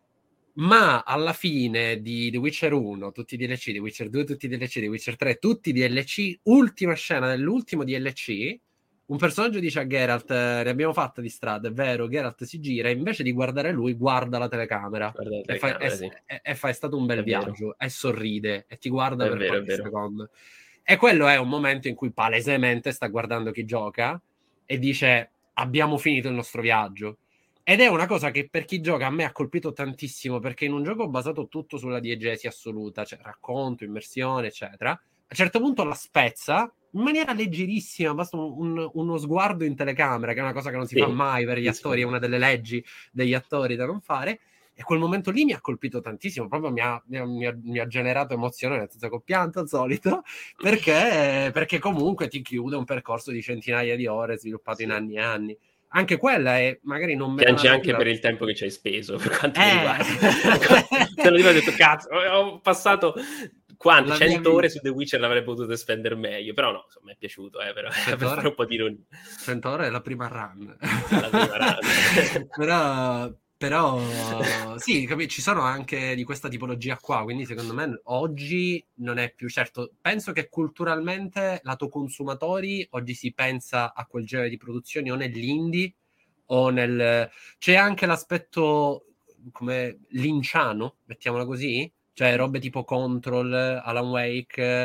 ma alla fine di The Witcher uno, tutti i D L C, The Witcher due, tutti i D L C, The Witcher tre, tutti i D L C, ultima scena dell'ultimo D L C, un personaggio dice a Geralt, ne abbiamo fatta di strada, è vero, Geralt si gira e invece di guardare lui guarda la telecamera, Guarda la e, fa, telecamera, e, sì. e, e fa, è stato un bel È viaggio, vero. e sorride, e ti guarda È per vero, qualche è vero. secondo. E quello è un momento in cui palesemente sta guardando chi gioca e dice abbiamo finito il nostro viaggio. Ed è una cosa che per chi gioca a me ha colpito tantissimo, perché in un gioco basato tutto sulla diegesi assoluta, cioè racconto, immersione, eccetera, a un certo punto la spezza in maniera leggerissima, basta un, un, uno sguardo in telecamera, che è una cosa che non si sì, fa mai per gli sì, attori, sì. è una delle leggi degli attori da non fare. E quel momento lì mi ha colpito tantissimo, proprio mi ha, mi ha, mi ha, mi ha generato emozione, nel senso che ho pianto al solito, perché, perché comunque ti chiude un percorso di centinaia di ore sviluppato sì. in anni e anni. Anche quella è magari non piangi anche per il tempo che ci hai speso, per quanto eh. mi riguarda. Se non ti ho detto, cazzo, ho passato quante? cento ore su The Witcher l'avrei potuto spendere meglio, però no, insomma, mi è piaciuto, eh, però, per fare un po' di ironia. cento ore è la prima run. La prima run. però... Però sì, ci sono anche di questa tipologia qua, quindi secondo me oggi non è più certo. Penso che culturalmente lato consumatori oggi si pensa a quel genere di produzioni o nell'indie o nel... C'è anche l'aspetto come linciano, mettiamola così, cioè robe tipo Control, Alan Wake,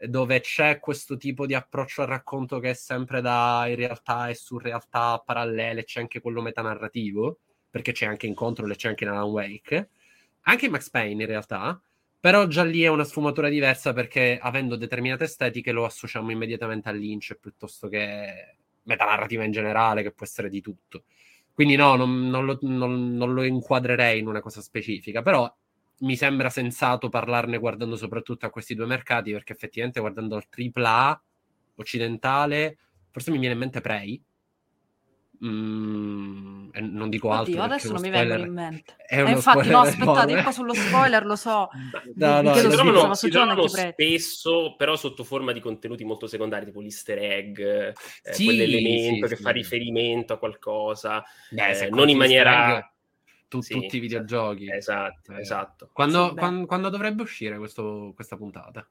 dove c'è questo tipo di approccio al racconto che è sempre da in realtà e su realtà parallele, c'è anche quello metanarrativo, perché c'è anche in Control e c'è anche in Alan Wake, anche in Max Payne in realtà, però già lì è una sfumatura diversa perché avendo determinate estetiche lo associamo immediatamente a Lynch piuttosto che metanarrativa in generale, che può essere di tutto. Quindi no, non, non, lo, non, non lo inquadrerei in una cosa specifica, però mi sembra sensato parlarne guardando soprattutto a questi due mercati, perché effettivamente guardando al tripla A occidentale, forse mi viene in mente Prey, mm, e non dico Oddio, altro perché adesso non mi spoiler vengono in mente. è Eh, uno infatti, no, spoiler aspettate, enorme. io qua sullo spoiler lo so. No, Vi no, chiedo si lo scusa, trovano, ma si su John trovano anche Prey. spesso, però sotto forma di contenuti molto secondari, tipo l'easter egg, eh, Sì, quell'elemento sì, che sì. fa riferimento a qualcosa, Beh, se eh, non in conti easter maniera... egg, tu- Sì, tutti i videogiochi. esatto, Eh, esatto. Quando, Sì, beh. quan- quando dovrebbe uscire questo- questa puntata?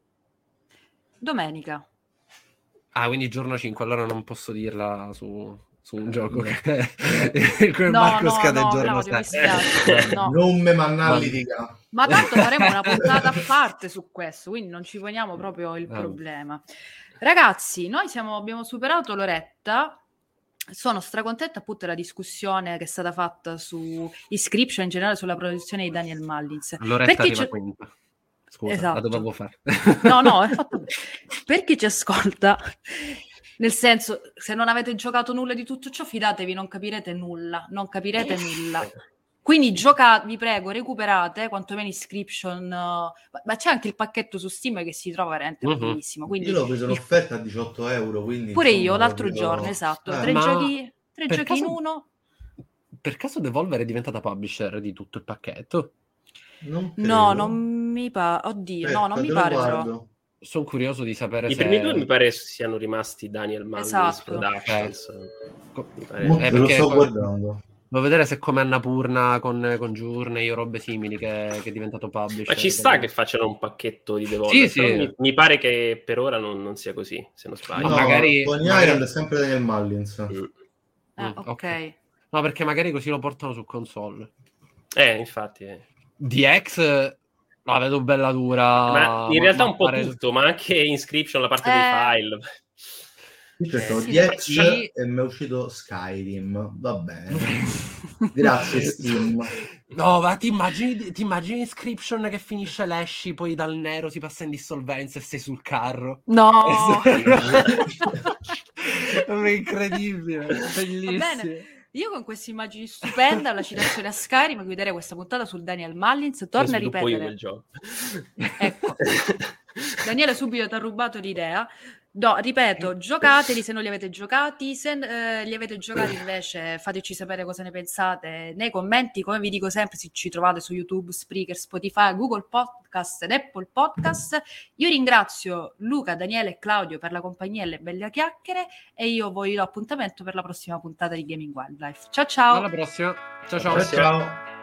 Domenica. Ah, quindi giorno cinque, allora non posso dirla su, su un gioco no. che come No, Marco no, scade il no, giorno Claudio, mi sei. spiace. No. Non me mannalli Ma- di ca. Ma tanto faremo una puntata a parte su questo, quindi non ci poniamo proprio il Vabbè. problema. Ragazzi, noi siamo, abbiamo superato l'oretta. Sono stracontenta appunto della discussione che è stata fatta su Inscription, in generale sulla produzione di Daniel Mullins. L'oretta Perché arriva c'è- quinta. Scusa, Esatto. la dovevo fare. No, no, è fatto bene. Per chi ci ascolta, nel senso, se non avete giocato nulla di tutto ciò, fidatevi, non capirete nulla, non capirete nulla. Quindi giocate, vi prego, recuperate quantomeno Inscription, uh, ma, ma c'è anche il pacchetto su Steam che si trova veramente Mhm. bellissimo. Quindi Io l'ho preso in il- offerta a diciotto euro, quindi pure insomma, io l'altro proprio- giorno, esatto, Eh, tre ma giochi, tre per giochi in caso- uno. Per caso Devolver è diventata publisher di tutto il pacchetto? non No, credo. non mi pare, oddio, Aspetta, no, non mi te lo pare però. guardo. Sono curioso di sapere I se... primi due mi pare siano rimasti Daniel Mullins Esatto. Productions. Co- Mi pare. Mo- Eh, te lo perché sto poi- guardando. Devo vedere se come Annapurna con, con Journey o robe simili che, che è diventato publisher. Ma ci sta che facciano un pacchetto di Devolver, Sì, sì. però Mi, mi pare che per ora non, non sia così, se non sbaglio. No, magari- Tony magari- Island è sempre Daniel Mullins. Mm. Eh, Mm, ok. ok. No, perché magari così lo portano su console. Eh, infatti. eh. D X la vedo bella dura. Ma in realtà un po' pare- tutto, ma anche Inscription, la parte Eh. dei file. Io cercavo Eh, sì, D X sì. e mi è uscito Skyrim. Va bene. Grazie Steam. No, ma ti immagini, ti immagini Inscription che finisce l'esci, poi dal nero si passa in dissolvenza e sei sul carro? No! È incredibile, bellissimo. Va bene. Io con queste immagini stupende, alla citazione a Skyrim, chiuderei questa puntata sul Daniel Mullins. Torna a Lo sviluppo io ripetere. quel gioco. Ecco. Daniele subito ti ha rubato l'idea. No, ripeto, giocateli se non li avete giocati, se eh, li avete giocati invece fateci sapere cosa ne pensate nei commenti, come vi dico sempre se ci trovate su YouTube, Spreaker, Spotify, Google Podcast ed Apple Podcast. Io ringrazio Luca, Daniele e Claudio per la compagnia e le belle chiacchiere e io vi do appuntamento per la prossima puntata di Gaming Wildlife. Ciao ciao! Alla prossima. Ciao ciao. Alla Ciao ciao.